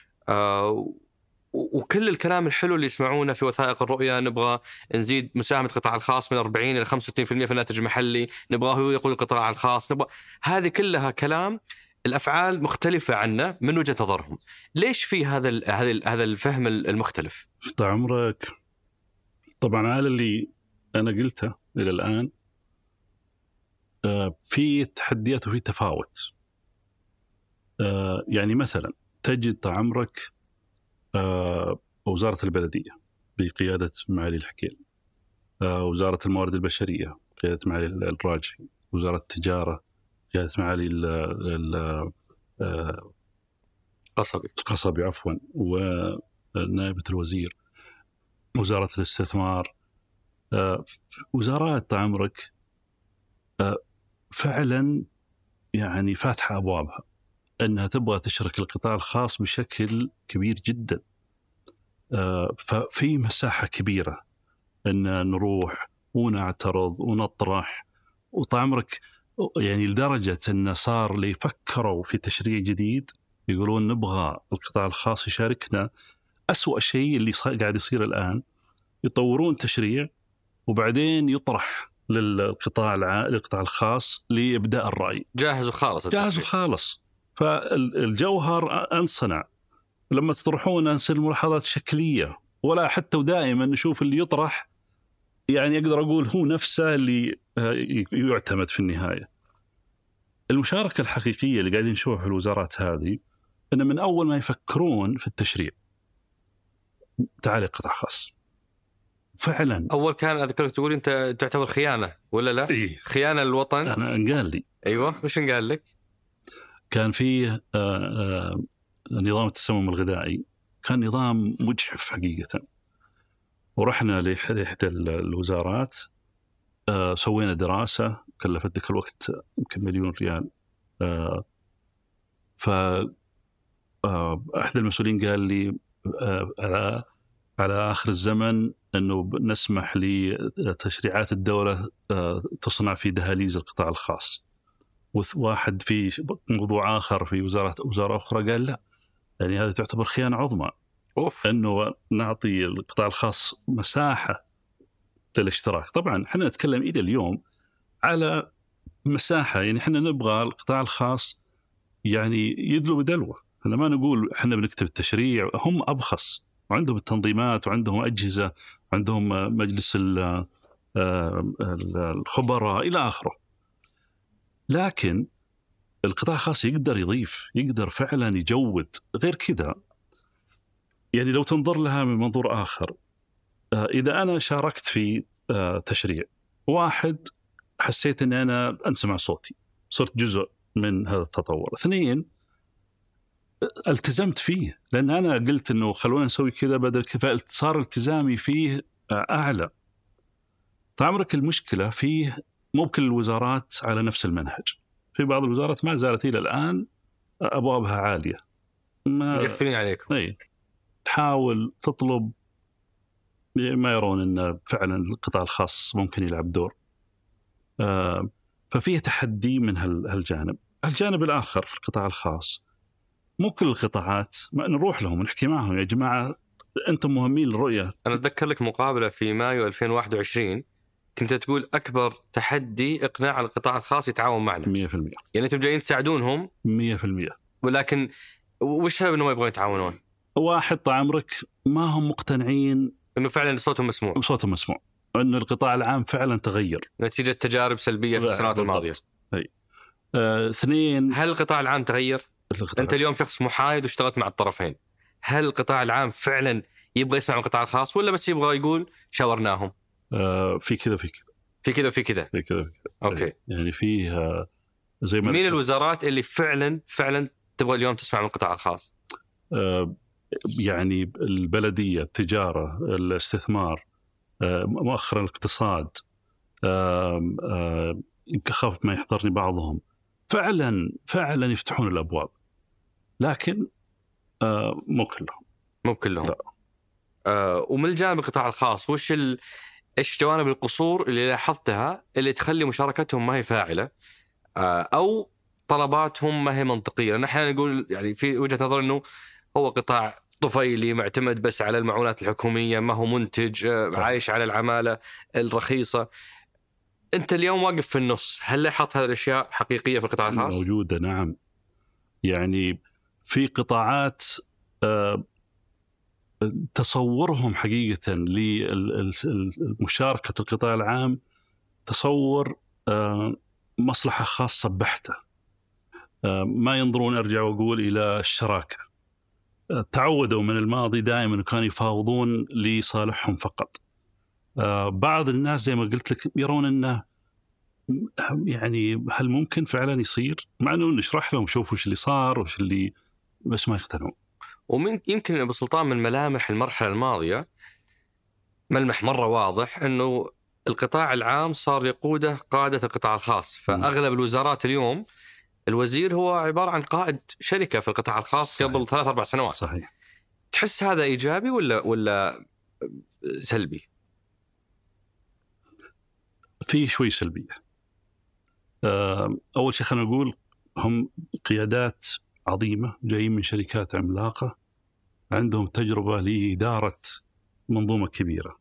Speaker 3: وكل الكلام الحلو اللي يسمعونه في وثائق الرؤية، نبغى نزيد مساهمة القطاع الخاص من أربعين إلى خمسة وستين بالمئة في الناتج المحلي، نبغاه يقول القطاع الخاص، نبغى هذه كلها كلام، الأفعال مختلفة عنه من وجهة نظرهم. ليش في هذا هذا هذا الفهم المختلف؟
Speaker 2: طال عمرك طبعا على اللي أنا قلته إلى الآن في تحديات وفي تفاوت. يعني مثلا تجد طال عمرك وزارة البلدية بقيادة معالي الحكيم، وزارة الموارد البشرية بقيادة معالي الراجحي، وزارة التجارة بقيادة معالي
Speaker 3: القصبي
Speaker 2: القصبي عفوا ونائبة الوزير، وزارة الاستثمار، وزارات عمرك فعلا يعني فاتحة أبوابها أنها تبغى تشرك القطاع الخاص بشكل كبير جدا. ففي مساحة كبيرة أن نروح ونعترض ونطرح، وطعمرك يعني لدرجة أن صار لي فكروا في تشريع جديد يقولون نبغى القطاع الخاص يشاركنا. أسوأ شيء اللي قاعد يصير الآن، يطورون تشريع وبعدين يطرح للقطاع الع... للقطاع الخاص لإبداء الرأي.
Speaker 3: جاهز وخالص.
Speaker 2: جاهز وخالص. فالجوهر انصنع لما تطرحون نصير ملاحظات شكلية، ولا حتى ودائما نشوف اللي يطرح يعني أقدر أقول هو نفسه اللي يعتمد في النهاية. المشاركة الحقيقية اللي قاعدين نشوفها في الوزارات هذه أن من أول ما يفكرون في التشريع تعالي قطاع خاص فعلا.
Speaker 3: أول كان أذكرك تقول أنت تعتبر خيانة ولا لا؟
Speaker 2: إيه؟
Speaker 3: خيانة للوطن.
Speaker 2: أنا انقال لي.
Speaker 3: أيوة، وش انقال لك؟
Speaker 2: كان فيه آآ آآ نظام التسمم الغذائي، كان نظام مجحف حقيقة، ورحنا لإحدى الوزارات سوينا دراسة كلفت ذاك الوقت يمكن مليون ريال. فأحد المسؤولين قال لي على على آخر الزمن أنه نسمح لتشريعات الدولة تصنع في دهاليز القطاع الخاص. وواحد في موضوع آخر في وزارة وزارة أخرى قال لا، يعني هذه تعتبر خيانة عظمى. أوف. أنه نعطي القطاع الخاص مساحة للاشتراك. طبعا احنا نتكلم إلى اليوم على مساحة، يعني احنا نبغى القطاع الخاص يعني يدلو بدلوه. احنا ما نقول احنا بنكتب التشريع، هم أبخص وعندهم التنظيمات وعندهم أجهزة وعندهم مجلس الخبراء إلى آخره. لكن القطاع الخاص يقدر يضيف، يقدر فعلا يجود. غير كذا يعني لو تنظر لها من منظور آخر، إذا أنا شاركت في تشريع واحد، حسيت أن أنا أنسمع صوتي، صرت جزء من هذا التطور. اثنين، التزمت فيه لأن أنا قلت أنه خلونا نسوي كذا بدل كذا، صار التزامي فيه أعلى. تعمرك المشكلة فيه مو بكل الوزارات على نفس المنهج. في بعض الوزارات ما زالت إلى الآن أبوابها عالية،
Speaker 3: ما يقفلين عليكم.
Speaker 2: أي تحاول تطلب، ما يرون أن فعلا القطاع الخاص ممكن يلعب دور. آه ففيه تحدي من هالجانب. الجانب الآخر في القطاع الخاص، مو كل القطاعات ما نروح لهم ونحكي معهم يا جماعة أنتم مهمين للرؤية.
Speaker 3: أنا أتذكر لك مقابلة في مايو ألفين وواحد وعشرين كنت تقول أكبر تحدي إقناع القطاع الخاص يتعاون معنا.
Speaker 2: مية بالمية.
Speaker 3: يعني أنتم جايين تساعدونهم
Speaker 2: مية بالمية.
Speaker 3: ولكن وش سبب إنهم يبغون يتعاونون؟
Speaker 2: واحد طال عمرك ما هم مقتنعين
Speaker 3: إنه فعلا صوتهم مسموع.
Speaker 2: صوتهم مسموع. إنه القطاع العام فعلا تغير
Speaker 3: نتيجة تجارب سلبية في السنوات الماضية.
Speaker 2: أي. آه، اثنين.
Speaker 3: هل القطاع العام تغير؟
Speaker 2: القطاع
Speaker 3: أنت اليوم شخص محايد واشتغلت مع الطرفين. هل القطاع العام فعلا يبغى يسمع من القطاع الخاص ولا بس يبغى يقول شاورناهم؟
Speaker 2: آه، في كذا في كذا
Speaker 3: في كذا في كذا
Speaker 2: في كذا.
Speaker 3: أوكي.
Speaker 2: يعني فيه آه، زي ما
Speaker 3: مين الوزارات اللي فعلا فعلا تبغى اليوم تسمع من القطاع الخاص؟
Speaker 2: آه، يعني البلدية، التجارة، الاستثمار، آه، مؤخرا الاقتصاد، آه، آه، يمكن خاف ما يحضرني بعضهم، فعلا فعلا يفتحون الأبواب، لكن آه، مو كلهم.
Speaker 3: مو كلهم.
Speaker 2: لا.
Speaker 3: آه، ومن الجانب القطاع الخاص وش ال... ايش جوانب القصور اللي لاحظتها اللي تخلي مشاركتهم ما هي فاعلة، آه، أو طلباتهم ما هي منطقية؟ لأن أحيانا نقول يعني في وجهة نظر إنه هو قطاع طفيلي معتمد بس على المعونات الحكومية، ما هو منتج، آه، عايش على العمالة الرخيصة. أنت اليوم واقف في النص، هل لاحظت هذه الأشياء حقيقية في القطاع الخاص؟
Speaker 2: موجودة، نعم. يعني في قطاعات آه، تصورهم حقيقة لمشاركة القطاع العام تصور آه، مصلحة خاصة بحتة، آه، ما ينظرون، أرجع وأقول، إلى الشراكة. آه، تعودوا من الماضي دائما كانوا يفاوضون لصالحهم فقط. آه، بعض الناس زي ما قلت لك يرون أنه يعني هل ممكن فعلا يصير، مع أنه نشرح لهم شوفوا وش اللي صار وش اللي، بس ما يقتنعون.
Speaker 3: ومن يمكن أبو سلطان من ملامح المرحلة الماضية ملمح مرة واضح أنه القطاع العام صار يقوده قادة القطاع الخاص. فأغلب الوزارات اليوم الوزير هو عبارة عن قائد شركة في القطاع الخاص. صحيح. قبل ثلاث أربع سنوات.
Speaker 2: صحيح.
Speaker 3: تحس هذا إيجابي ولا ولا سلبي؟
Speaker 2: فيه شوي سلبية. أول شيء خلينا نقول هم قيادات عظيمة جايين من شركات عملاقة عندهم تجربة لإدارة منظومة كبيرة.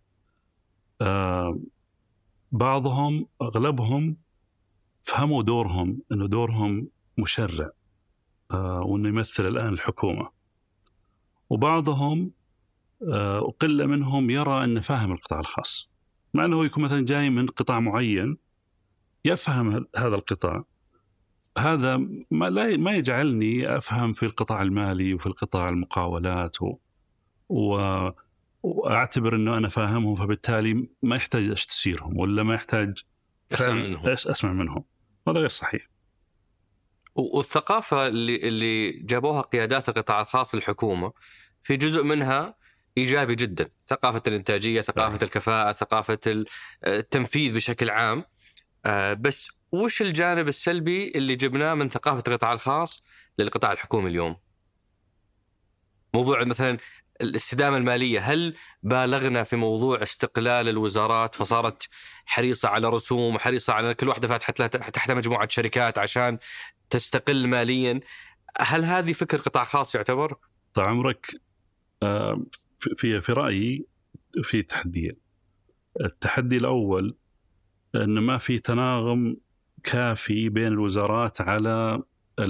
Speaker 2: بعضهم أغلبهم فهموا دورهم أنه دورهم مشرع وأنه يمثل الآن الحكومة، وبعضهم وقلة منهم يرى أنه فاهم القطاع الخاص، مع أنه يكون مثلا جاي من قطاع معين يفهم هذا القطاع. هذا ما لا ما يجعلني أفهم في القطاع المالي وفي القطاع المقاولات و... و... وأعتبر أنه أنا فاهمهم، فبالتالي ما يحتاج أستشيرهم ولا ما يحتاج
Speaker 3: أسمع منهم.
Speaker 2: أسمع منهم. هذا غير صحيح.
Speaker 3: والثقافة اللي اللي جابوها قيادات القطاع الخاص الحكومة في جزء منها إيجابي جدا، ثقافة الإنتاجية، ثقافة الكفاءة، ثقافة التنفيذ بشكل عام. بس وش الجانب السلبي اللي جبناه من ثقافة القطاع الخاص للقطاع الحكومي اليوم؟ موضوع مثلا الاستدامة المالية، هل بالغنا في موضوع استقلال الوزارات فصارت حريصة على رسوم وحريصة على كل واحدة فتحت لها تحت مجموعة شركات عشان تستقل ماليا؟ هل هذه فكر قطاع خاص يعتبر؟
Speaker 2: طال عمرك في في رأيي في تحديين. التحدي الأول أن ما في تناغم كافي بين الوزارات على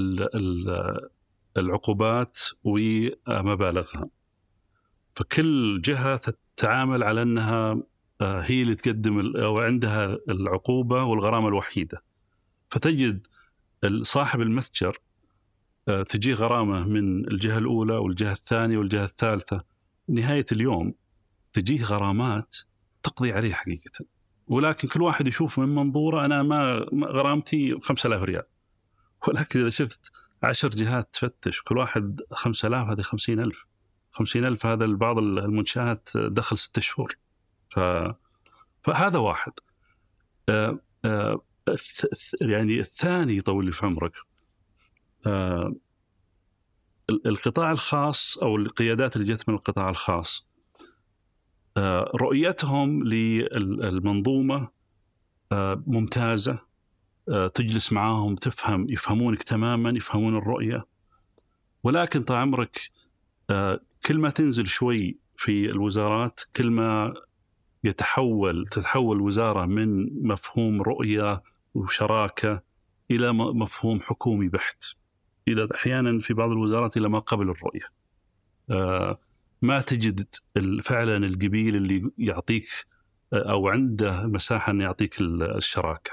Speaker 2: العقوبات ومبالغها، فكل جهة تتعامل على أنها هي اللي تقدم أو عندها العقوبة والغرامة الوحيدة، فتجد صاحب المتجر تجي غرامة من الجهة الأولى والجهة الثانية والجهة الثالثة، نهاية اليوم تجيه غرامات تقضي عليه حقيقة، ولكن كل واحد يشوف من منظوره أنا ما غرامتي خمسة آلاف ريال، ولكن إذا شفت عشر جهات تفتش كل واحد خمسة آلاف، هذه خمسين ألف. خمسين ألف هذا بعض المنشآت دخل ستة شهور. ف... فهذا واحد. آه آه يعني الثاني طول لي في عمرك، آه القطاع الخاص أو القيادات اللي جت من القطاع الخاص آه رؤيتهم للمنظومة آه ممتازة. آه تجلس معاهم تفهم، يفهمونك تماما، يفهمون الرؤية، ولكن طال عمرك آه كل ما تنزل شوي في الوزارات كل ما يتحول تتحول وزارة من مفهوم رؤية وشراكة إلى مفهوم حكومي بحت، إلى أحيانا في بعض الوزارات إلى ما قبل الرؤية. آه ما تجد فعلا القبيل اللي يعطيك أو عنده مساحة أن يعطيك الشراكة.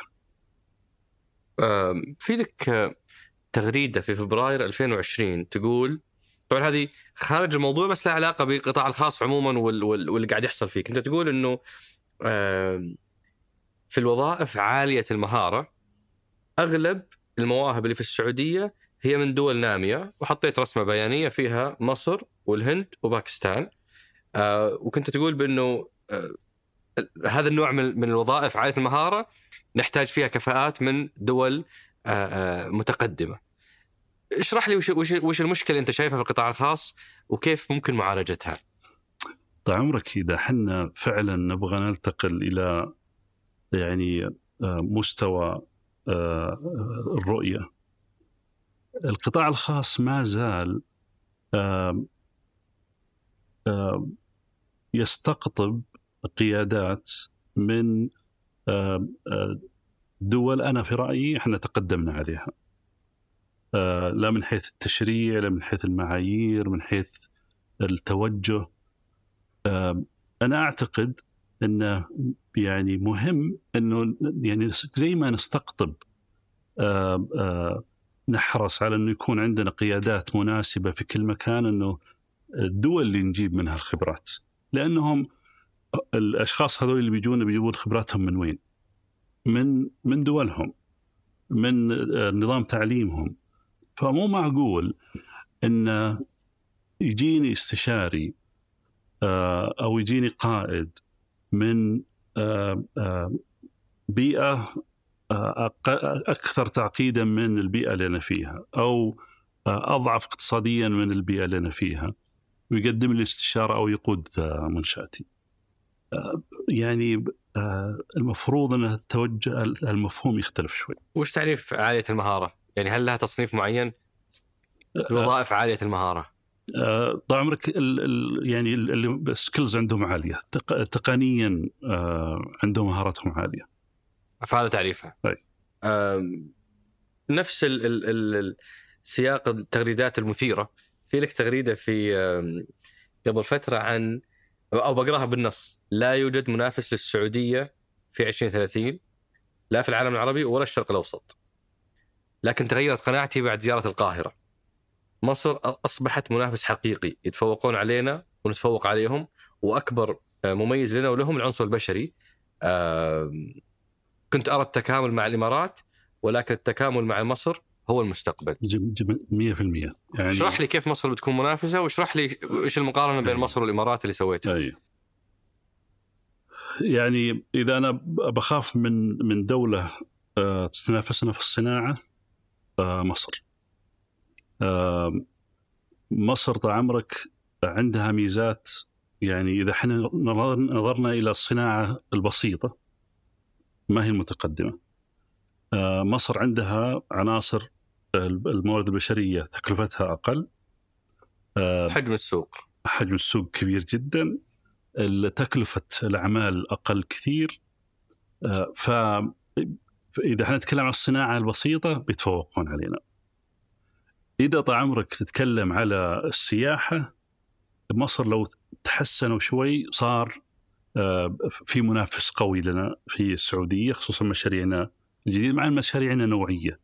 Speaker 3: في لك تغريدة في فبراير ألفين وعشرين تقول، طبعا هذه خارج الموضوع بس لها علاقة بالقطاع الخاص عموما واللي قاعد يحصل فيك. أنت تقول أنه في الوظائف عالية المهارة أغلب المواهب اللي في السعودية هي من دول نامية، وحطيت رسمة بيانية فيها مصر والهند وباكستان. وكنت تقول بأنه هذا النوع من الوظائف عالية المهارة نحتاج فيها كفاءات من دول متقدمة. اشرح لي وش وش المشكلة أنت شايفها في القطاع الخاص وكيف ممكن معالجتها؟
Speaker 2: طال عمرك، إذا حنا فعلا نبغى ننتقل إلى يعني مستوى الرؤية، القطاع الخاص ما زال يستقطب قيادات من دول أنا في رأيي إحنا تقدمنا عليها، لا من حيث التشريع، لا من حيث المعايير، من حيث التوجه. أنا أعتقد أنه يعني مهم أنه يعني زي ما نستقطب نحرص على أنه يكون عندنا قيادات مناسبة في كل مكان، أنه الدول اللي نجيب منها الخبرات، لأنهم الأشخاص هذول اللي بيجون بيجيبون خبراتهم من وين؟ من من دولهم، من نظام تعليمهم. فمو معقول إن يجيني استشاري أو يجيني قائد من بيئة أكثر تعقيدا من البيئة اللي أنا فيها، أو أضعف اقتصاديا من البيئة اللي أنا فيها، ويقدم لي استشارة أو يقود منشأتي. يعني المفروض أن التوجه المفهوم يختلف شوي.
Speaker 3: وش تعريف عالية المهارة؟ يعني هل لها تصنيف معين؟ الوظائف عالية المهارة
Speaker 2: طال عمرك يعني السكيلز عندهم عالية، تقنيا عندهم مهاراتهم عالية،
Speaker 3: فهذا تعريفها. نفس ال ال ال سياق التغريدات المثيرة، في لك تغريدة في قبل فترة عن، أو بقراها بالنص: لا يوجد منافس للسعودية في عشرين ثلاثين لا في العالم العربي ولا الشرق الأوسط، لكن تغيرت قناعتي بعد زيارة القاهرة. مصر أصبحت منافس حقيقي، يتفوقون علينا ونتفوق عليهم، وأكبر مميز لنا ولهم العنصر البشري. كنت أرى التكامل مع الإمارات، ولكن التكامل مع مصر هو المستقبل.
Speaker 2: مية في المية.
Speaker 3: يعني اشرح لي كيف مصر بتكون منافسة، واشرح لي إيش المقارنة بين مصر والإمارات اللي سويتها.
Speaker 2: أي. يعني إذا أنا بخاف من من دولة تتنافسنا في الصناعة، مصر. مصر طال عمرك عندها ميزات. يعني إذا احنا نظرنا إلى الصناعة البسيطة ما هي المتقدمة، مصر عندها عناصر الموارد البشرية تكلفتها أقل،
Speaker 3: حجم السوق
Speaker 2: حجم السوق كبير جدا، تكلفة الأعمال أقل كثير. فإذا احنا نتكلم عن الصناعة البسيطة بيتفوقون علينا. إذا طال عمرك تتكلم على السياحة، مصر لو تحسنوا شوي صار في منافس قوي لنا في السعودية، خصوصا مشاريعنا الجديدة مع مشاريعنا نوعية.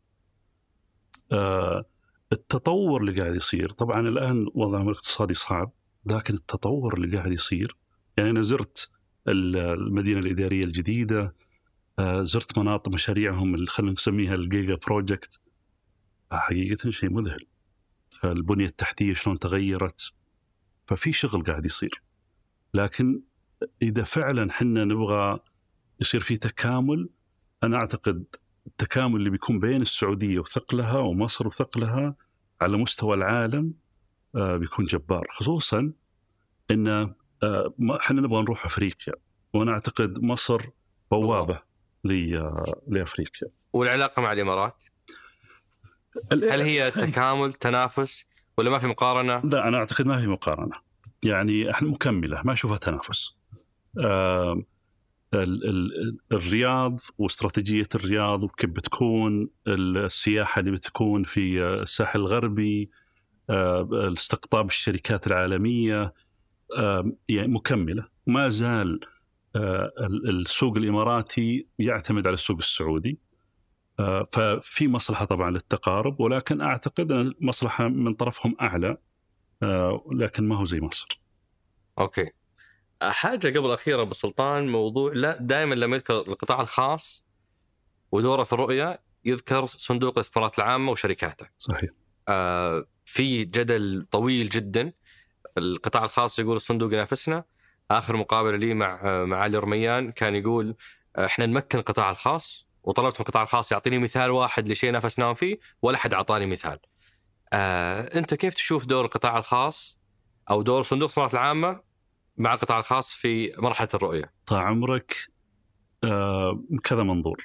Speaker 2: التطور اللي قاعد يصير، طبعا الآن وضعنا الاقتصادي صعب، لكن التطور اللي قاعد يصير، يعني أنا زرت المدينة الإدارية الجديدة، زرت مناطق مشاريعهم اللي خلينا نسميها الجيجا بروجكت، حقيقة شيء مذهل. البنية التحتية شلون تغيرت، ففي شغل قاعد يصير. لكن إذا فعلا حنا نبغى يصير في تكامل، أنا أعتقد التكامل اللي بيكون بين السعودية وثقلها ومصر وثقلها على مستوى العالم بيكون جبار، خصوصا إن حنا نبغى نروح أفريقيا، وأنا أعتقد مصر بوابة لأفريقيا.
Speaker 3: والعلاقة مع الإمارات هل هي تكامل تنافس ولا ما في مقارنة؟
Speaker 2: لا، أنا أعتقد ما في مقارنة. يعني إحنا مكملة، ما أشوفها تنافس. آه ال ال الرياض واستراتيجية الرياض وكيف بتكون السياحة اللي بتكون في الساحل الغربي، استقطاب الشركات العالمية يعني مكملة. ما زال السوق الإماراتي يعتمد على السوق السعودي، ففي مصلحة طبعا للتقارب، ولكن أعتقد أن المصلحة من طرفهم أعلى، لكن ما هو زي مصر.
Speaker 3: أوكي. حاجة قبل أخيرة بالسلطان، موضوع لا دائما لما يذكر القطاع الخاص ودوره في الرؤية يذكر صندوق الاستثمارات العامة وشركاته.
Speaker 2: صحيح.
Speaker 3: آه في جدل طويل جدا. القطاع الخاص يقول الصندوق ينافسنا. آخر مقابلة لي مع مع علي رميان كان يقول احنا نمكن القطاع الخاص، وطلبت من القطاع الخاص يعطيني مثال واحد لشيء نافسناهم فيه ولا حد أعطاني مثال. آه أنت كيف تشوف دور القطاع الخاص أو دور صندوق الاستثمارات العامة مع القطاع الخاص في مرحلة الرؤية؟
Speaker 2: طال عمرك آه كذا منظور.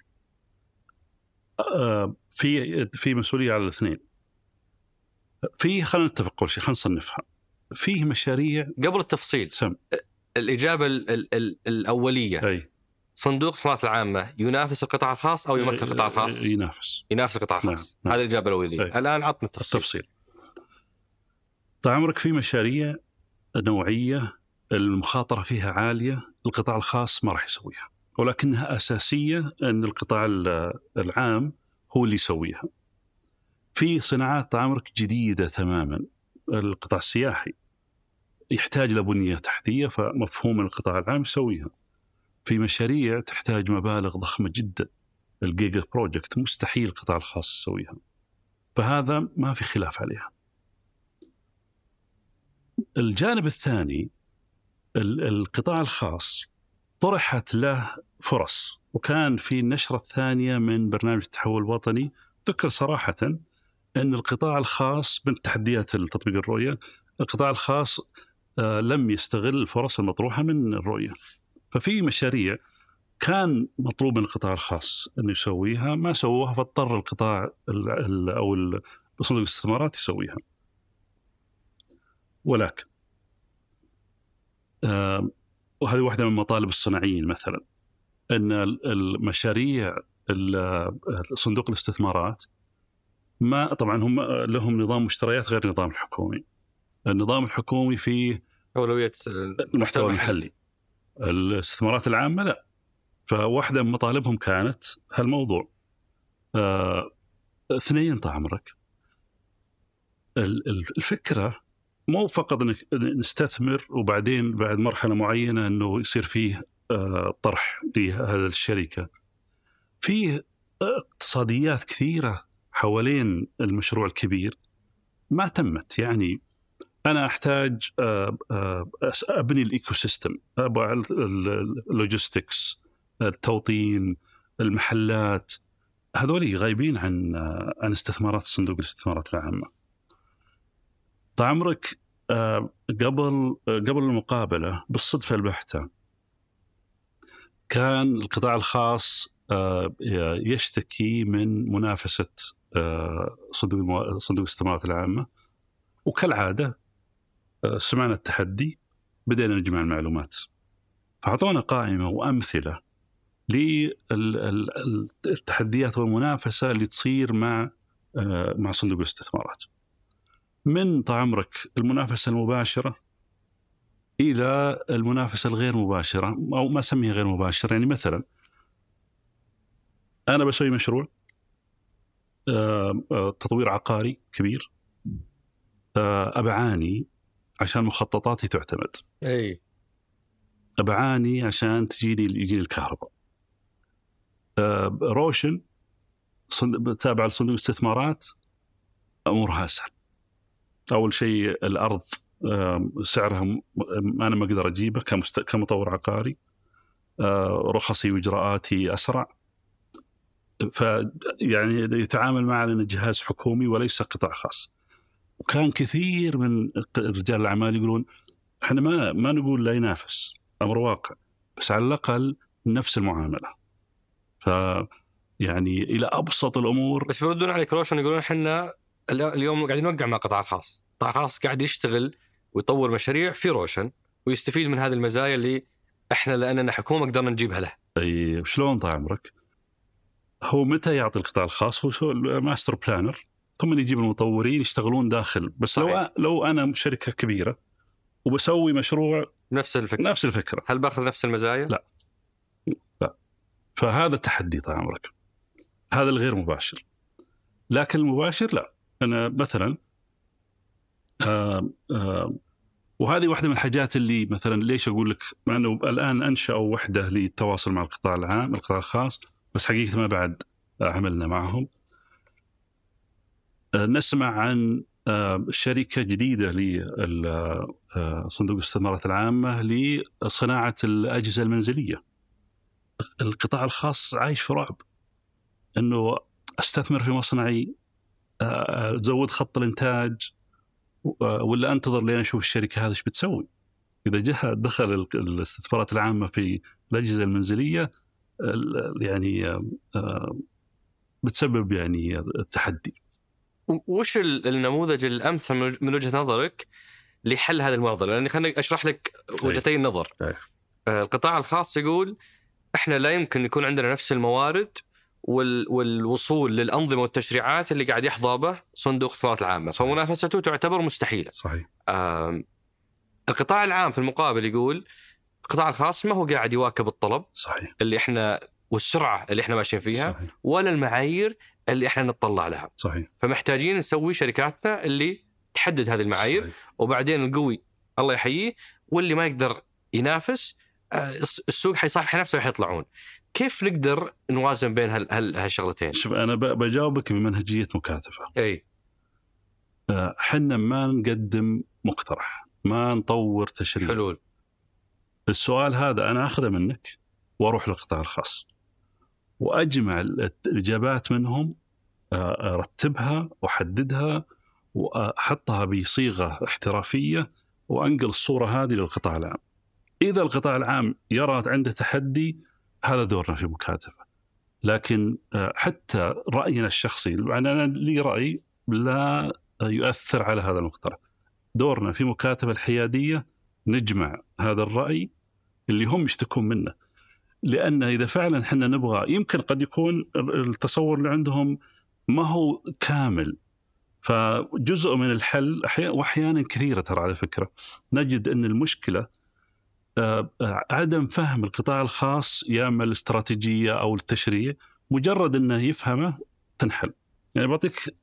Speaker 2: آه في في مسؤولية على الاثنين. في خلينا نتفق أول شيء، خلينا نصنفها. فيه مشاريع
Speaker 3: قبل التفصيل.
Speaker 2: سم.
Speaker 3: الإجابة ال ال ال الأولية.
Speaker 2: أي.
Speaker 3: صندوق الاستثمارات العامة ينافس القطاع الخاص أو يمكن القطاع الخاص؟
Speaker 2: ينافس.
Speaker 3: ينافس القطاع الخاص.
Speaker 2: نعم.
Speaker 3: هذه الإجابة الأولية.
Speaker 2: أي.
Speaker 3: الآن عطنا التفصيل.
Speaker 2: التفصيل. طال عمرك في مشاريع نوعية المخاطرة فيها عالية، القطاع الخاص ما راح يسويها، ولكنها أساسية أن القطاع العام هو اللي يسويها. في صناعات طال عمرك جديدة تماما، القطاع السياحي يحتاج لبنية تحتية، فمفهوم القطاع العام يسويها. في مشاريع تحتاج مبالغ ضخمة جدا، الجيجا بروجكت مستحيل القطاع الخاص يسويها، فهذا ما في خلاف عليها. الجانب الثاني، القطاع الخاص طرحت له فرص، وكان في النشرة الثانية من برنامج التحول الوطني ذكر صراحة أن القطاع الخاص من تحديات التطبيق الرؤية، القطاع الخاص لم يستغل الفرص المطروحة من الرؤية. ففي مشاريع كان مطلوب من القطاع الخاص أن يسويها ما سووها، فاضطر القطاع أو صندوق الاستثمارات يسويها. ولكن آه وهذه واحدة من مطالب الصناعيين مثلا، أن المشاريع صندوق الاستثمارات ما طبعا هم لهم نظام مشتريات غير نظام الحكومي. النظام الحكومي فيه
Speaker 3: أولوية
Speaker 2: المحتوى المحلي، الاستثمارات العامة لا. فواحدة من مطالبهم كانت هالموضوع. آه اثنين طال عمرك، الفكرة مو فقط نستثمر وبعدين بعد مرحلة معينة أنه يصير فيه طرح لهذا الشركة. فيه اقتصاديات كثيرة حوالين المشروع الكبير ما تمت. يعني أنا أحتاج أبني الإيكو سيستم، أبغى اللوجيستكس، التوطين، المحلات، هذولي غايبين عن عن استثمارات صندوق الاستثمارات العامة. طال عمرك قبل قبل المقابلة بالصدفة البحتة كان القطاع الخاص يشتكي من منافسة صندوق صندوق الاستثمارات العامة، وكالعادة سمعنا التحدي، بدأنا نجمع المعلومات، فأعطونا قائمة وأمثلة للتحديات والمنافسة اللي تصير مع مع صندوق الاستثمارات، من طال عمرك المنافسة المباشرة إلى المنافسة الغير مباشرة أو ما سميها غير مباشرة. يعني مثلا أنا بسوي مشروع تطوير عقاري كبير، أبعاني عشان مخططاتي تعتمد،
Speaker 3: أي
Speaker 2: أبعاني عشان تجيني يجيني الكهرباء. روشن تابع لصندوق الاستثمارات أمورها أسهل. أول شيء الأرض سعرها أنا ما أقدر أجيبه كمست... كمطور عقاري، رخصي وإجراءاتي أسرع، فيعني يتعامل معنا جهاز حكومي وليس قطاع خاص. وكان كثير من رجال الأعمال يقولون إحنا ما ما نقول لا ينافس، أمر واقع، بس على الأقل نفس المعاملة. ف يعني إلى أبسط الأمور.
Speaker 3: بس بيردون عليك روشن يقولون إحنا اليوم قاعدين نوقع مع قطاع خاص، قطاع خاص قاعد يشتغل ويطور مشاريع في روشن ويستفيد من هذه المزايا اللي احنا لاننا حكومه قدرنا نجيبها له.
Speaker 2: اي شلون طال عمرك؟ هو متى يعطي القطاع الخاص؟ هو شو الماستر بلانر، ثم يجيب المطورين يشتغلون داخل. بس صحيح. لو لو انا شركه كبيره وبسوي مشروع
Speaker 3: نفس الفكره
Speaker 2: نفس الفكره
Speaker 3: هل باخذ نفس المزايا؟
Speaker 2: لا لا. فهذا التحدي طال عمرك، هذا الغير مباشر. لكن المباشر لا. انا مثلا آآ آآ وهذه واحدة من الحاجات اللي مثلا ليش أقول لك، مع أنه الآن أنشأوا وحدة للتواصل مع القطاع العام القطاع الخاص، بس حقيقة ما بعد عملنا معهم. نسمع عن شركة جديدة لصندوق الاستثمارات العامة لصناعة الأجهزة المنزلية. القطاع الخاص عايش في رعب أنه أستثمر في مصنعي، أزود خط الإنتاج، ولا أنتظر لين أشوف الشركة هذا إيش بتسوي. إذا جاء دخل الاستثمارات العامة في الأجهزة المنزلية يعني بتسبب يعني التحدي.
Speaker 3: وش النموذج الأمثل من وجهة نظرك لحل هذا المعضلة؟ لأني خليني أشرح لك وجهتي النظر.
Speaker 2: أيه.
Speaker 3: القطاع الخاص يقول إحنا لا يمكن يكون عندنا نفس الموارد والوصول للأنظمة والتشريعات اللي قاعد يحظى به صندوق الاستثمارات العامة، فمنافسته تعتبر مستحيلة.
Speaker 2: صحيح.
Speaker 3: القطاع العام في المقابل يقول القطاع الخاص ما هو قاعد يواكب الطلب
Speaker 2: صحيح.
Speaker 3: اللي إحنا والسرعة اللي إحنا ماشيين فيها.
Speaker 2: صحيح.
Speaker 3: ولا المعايير اللي إحنا نتطلع لها.
Speaker 2: صحيح.
Speaker 3: فمحتاجين نسوي شركاتنا اللي تحدد هذه المعايير. صحيح. وبعدين القوي الله يحييه، واللي ما يقدر ينافس السوق حيصحح نفسه وحيطلعون. كيف نقدر نوازن بين هال هالشغلتين؟
Speaker 2: شوف أنا بجاوبك بمنهجية مكاتفة.
Speaker 3: أي
Speaker 2: حنا ما نقدم مقترح، ما نطور تشريع
Speaker 3: حلول.
Speaker 2: السؤال هذا أنا أخذه منك وأروح للقطاع الخاص وأجمع الإجابات منهم، أرتبها وأحددها وأحطها بصيغة احترافية وأنقل الصورة هذه للقطاع العام. إذا القطاع العام يرى عنده تحدي، هذا دورنا في مكاتفة. لكن حتى رأينا الشخصي، أنا لي رأي لا يؤثر على هذا المقترح. دورنا في مكاتبة الحيادية نجمع هذا الرأي اللي هم يشتكون منه، لأن إذا فعلا حنا نبغى، يمكن قد يكون التصور اللي عندهم ما هو كامل، فجزء من الحل وأحيانا كثيرة ترى على فكرة نجد أن المشكلة عدم فهم القطاع الخاص يا اما الاستراتيجية أو التشريع، مجرد أنه يفهمه تنحل. يعني بعطيك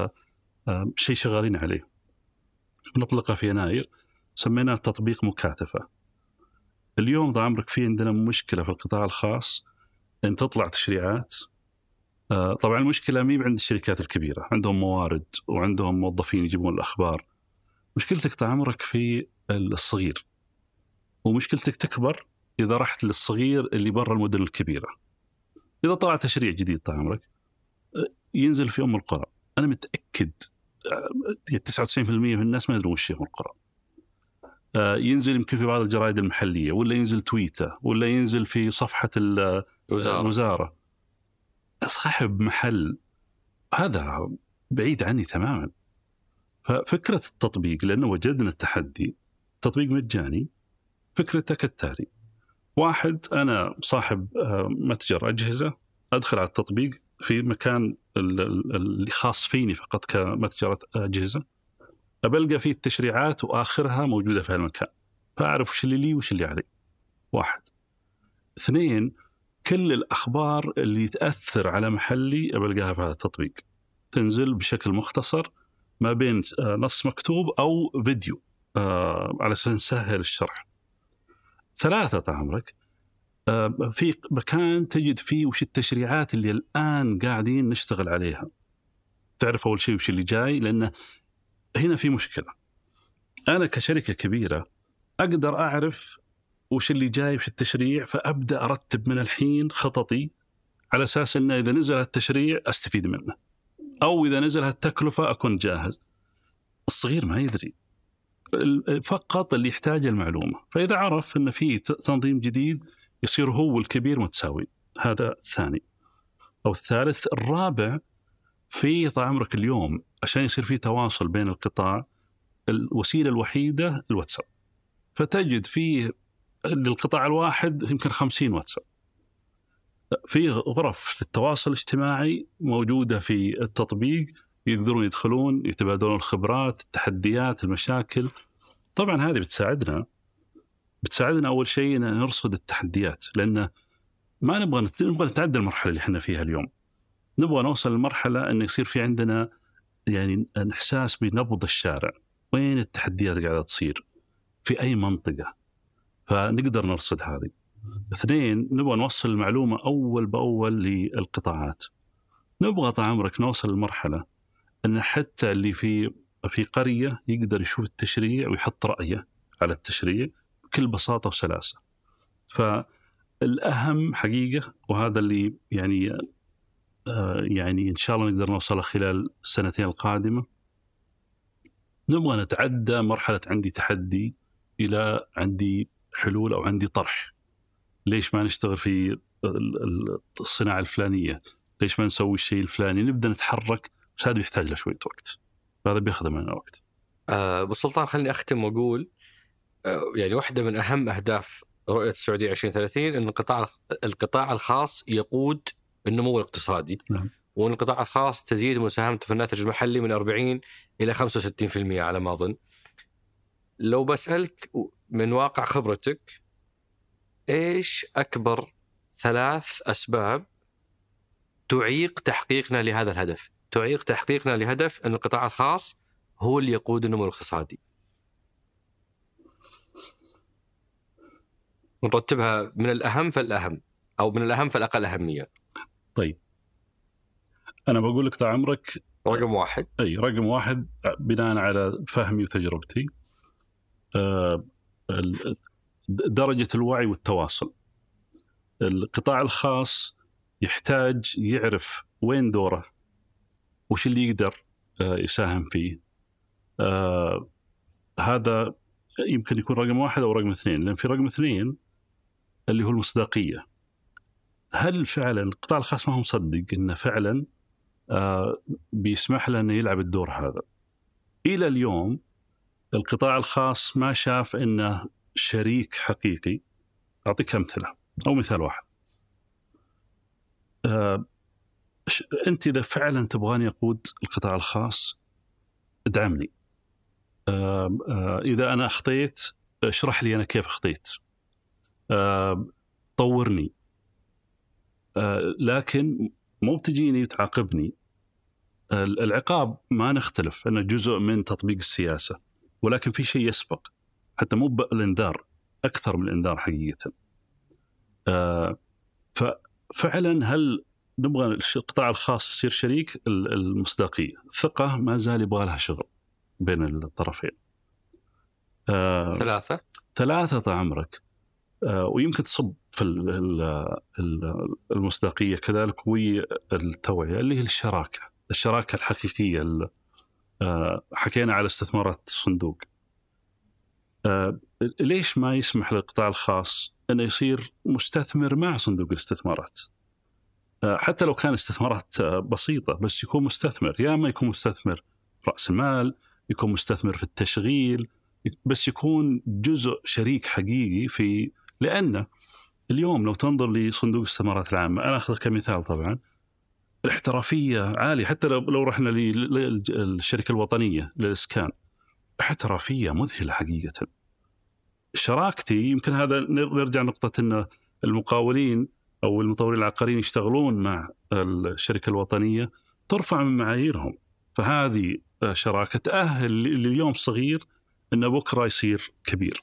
Speaker 2: شيء شغالين عليه نطلقه في يناير، سميناه تطبيق مكاتفة. اليوم ضع عمرك في عندنا مشكلة في القطاع الخاص أن تطلع تشريعات. طبعا المشكلة مي عند الشركات الكبيرة، عندهم موارد وعندهم موظفين يجيبون الأخبار. مشكلتك طال عمرك في الصغير، ومشكلتك تكبر إذا رحت للصغير اللي برا المدن الكبيرة. إذا طلع تشريع جديد طال عمرك ينزل في أم القرى، أنا متأكد تسعة وتسعين بالمئة من الناس ما يدرون وش أم القرى. ينزل يمكن في بعض الجرائد المحلية، ولا ينزل تويتر، ولا ينزل في صفحة الوزارة. صاحب محل هذا بعيد عني تماما. ففكرة التطبيق، لأنه وجدنا التحدي، تطبيق مجاني. فكرته كالتالي: واحد، أنا صاحب متجر أجهزة، أدخل على التطبيق في مكان اللي خاص فيني فقط كمتجر أجهزة، أبلغ فيه التشريعات وآخرها موجودة في هالمكان، فأعرف وش اللي لي وش اللي علي. واحد. اثنين، كل الأخبار اللي تأثر على محلي أبلغها في هذا التطبيق، تنزل بشكل مختصر ما بين نص مكتوب أو فيديو على أساس نسهل الشرح. ثلاثة طال عمرك، في مكان تجد فيه وش التشريعات اللي الآن قاعدين نشتغل عليها، تعرف أول شيء وش اللي جاي. لأن هنا في مشكلة، أنا كشركة كبيرة أقدر أعرف وش اللي جاي وش التشريع، فأبدأ أرتب من الحين خططي على أساس أنه إذا نزل التشريع أستفيد منه، أو إذا نزل التكلفة أكون جاهز. الصغير ما يدري، فقط اللي يحتاج المعلومة. فإذا عرف أن في تنظيم جديد يصير هو الكبير متساوي. هذا الثاني. أو الثالث. الرابع، في طال عمرك اليوم عشان يصير في تواصل بين القطاع، الوسيلة الوحيدة الواتساب. فتجد فيه للقطاع الواحد يمكن خمسين واتساب. في غرف للتواصل الاجتماعي موجودة في التطبيق، يقدرون يدخلون يتبادلون الخبرات، التحديات، المشاكل. طبعا هذه بتساعدنا بتساعدنا أول شيء أن نرصد التحديات، لأن ما نبغى نبغى نتعدى المرحلة اللي احنا فيها اليوم. نبغى نوصل لمرحلة أن يصير في عندنا يعني إحساس بنبض الشارع، وين التحديات قاعدة تصير في أي منطقة، فنقدر نرصد هذه. اثنين، نبغى نوصل المعلومة أول بأول للقطاعات. نبغى طال عمرك نوصل لمرحلة أن حتى اللي في في قرية يقدر يشوف التشريع ويحط رأيه على التشريع بكل بساطة وسلاسة. فالأهم حقيقة، وهذا اللي يعني آه يعني إن شاء الله نقدر نوصله خلال السنتين القادمة، نبغى نتعدى مرحلة عندي تحدي إلى عندي حلول أو عندي طرح. ليش ما نشتغل في الصناعة الفلانية؟ ليش ما نسوي الشيء الفلاني؟ نبدأ نتحرك، بس هذا يحتاج له شوية وقت، هذا بياخذ مننا وقت.
Speaker 3: أه أبو سلطان، خليني أختم وأقول أه يعني واحدة من أهم أهداف رؤية السعودية عشرين ثلاثين أن القطاع القطاع الخاص يقود النمو الاقتصادي.
Speaker 2: نعم.
Speaker 3: وأن القطاع الخاص تزيد مساهمته في الناتج المحلي من أربعين إلى خمسة وستين بالمئة على ما أظن. لو بسألك من واقع خبرتك، إيش أكبر ثلاث أسباب تعيق تحقيقنا لهذا الهدف، تعيق تحقيقنا لهدف أن القطاع الخاص هو اللي يقود النمو الاقتصادي؟ نرتبها من الأهم فالأهم، أو من الأهم فالأقل أهمية.
Speaker 2: طيب أنا بقول لك طال عمرك
Speaker 3: رقم واحد.
Speaker 2: أي رقم واحد بناء على فهمي وتجربتي، أه درجة الوعي والتواصل. القطاع الخاص يحتاج يعرف وين دوره، وش اللي يقدر يساهم فيه. آه هذا يمكن يكون رقم واحد أو رقم اثنين، لأن في رقم اثنين اللي هو المصداقية. هل فعلا القطاع الخاص ما هو مصدق إنه فعلا آه بيسمح له إنه يلعب الدور هذا؟ إلى اليوم القطاع الخاص ما شاف إنه شريك حقيقي. أعطيك أمثلة أو مثال واحد. آه أنت إذا فعلا تبغاني أقود القطاع الخاص ادعمني. آه آه إذا أنا أخطيت اشرح لي أنا كيف أخطيت. آه طورني. آه لكن مو بتجيني وتعاقبني. آه العقاب ما نختلف أنه جزء من تطبيق السياسة، ولكن في شيء يسبق، حتى مو بالإنذار، أكثر من الإنذار حقيقة. آه ففعلا هل نبغى القطاع الخاص يصير شريك؟ المصداقية، الثقة ما زال يبغى لها شغل بين الطرفين. آه
Speaker 3: ثلاثة
Speaker 2: ثلاثة طال عمرك، آه ويمكن تصب في المصداقية كذلك والتوعية، اللي هي الشراكة الشراكة الحقيقية. آه حكينا على استثمارات الصندوق. آه ليش ما يسمح للقطاع الخاص أنه يصير مستثمر مع صندوق الاستثمارات؟ حتى لو كان استثمارات بسيطة، بس يكون مستثمر. يا ما يكون مستثمر رأس المال، يكون مستثمر في التشغيل، بس يكون جزء شريك حقيقي في. لأن اليوم لو تنظر لصندوق الاستثمارات العامة، أنا أخذ كمثال، طبعا الاحترافية عالية. حتى لو لو رحنا للشركة الوطنية للإسكان، احترافية مذهلة حقيقة. شراكتي يمكن هذا نرجع نقطة أن المقاولين أو المطورين العقاريين يشتغلون مع الشركة الوطنية، ترفع من معاييرهم. فهذه شراكة تأهل لليوم صغير إن بكرة يصير كبير.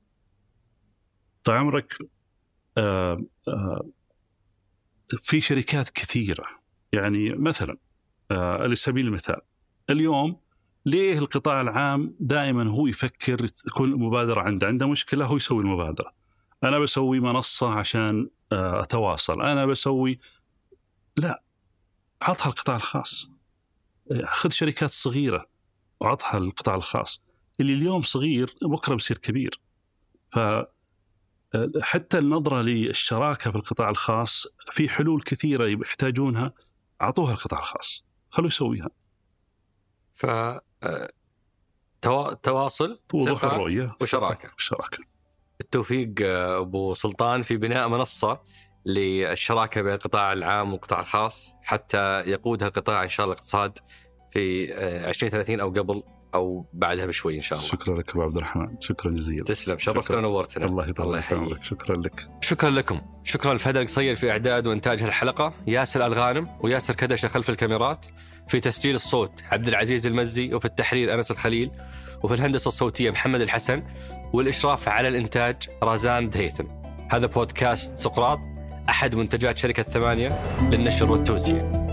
Speaker 2: طيب عمرك آآ آآ في شركات كثيرة، يعني مثلا على سبيل المثال اليوم ليه القطاع العام دائما هو يفكر تكون المبادرة عنده عنده مشكلة هو يسوي المبادرة. أنا بسوي منصة عشان أتواصل، أنا بسوي، لا، عطها القطاع الخاص. أخذ شركات صغيرة وعطها القطاع الخاص، اللي اليوم صغير بكرة بيصير كبير. فحتى النظرة للشراكة في القطاع الخاص في حلول كثيرة يحتاجونها، عطوها القطاع الخاص، خلوا يسويها.
Speaker 3: ف تواصل،
Speaker 2: وضوح الرؤية
Speaker 3: وشراكة.
Speaker 2: الشراكة.
Speaker 3: بالتوفيق أبو سلطان في بناء منصة للشراكة بين القطاع العام والقطاع الخاص حتى يقودها القطاع إن شاء الله الاقتصاد في عشرين ثلاثين أو قبل أو بعدها بشوي إن شاء الله.
Speaker 2: شكرا لك أبو عبد الرحمن، شكرا جزيلا.
Speaker 3: تسلم، شرفتنا ونورتنا.
Speaker 2: الله يطول عمرك. شكرا لك.
Speaker 3: شكرا لكم. شكرا لفهد القصير في إعداد وإنتاج هالحلقة، ياسر الغانم وياسر كدشة خلف الكاميرات، في تسجيل الصوت عبد العزيز المزي، وفي التحرير أنس الخليل، وفي الهندسة الصوتية محمد الحسن، والإشراف على الإنتاج رازان دهيثم. هذا بودكاست سقراط، أحد منتجات شركة ثمانية للنشر والتوزيع.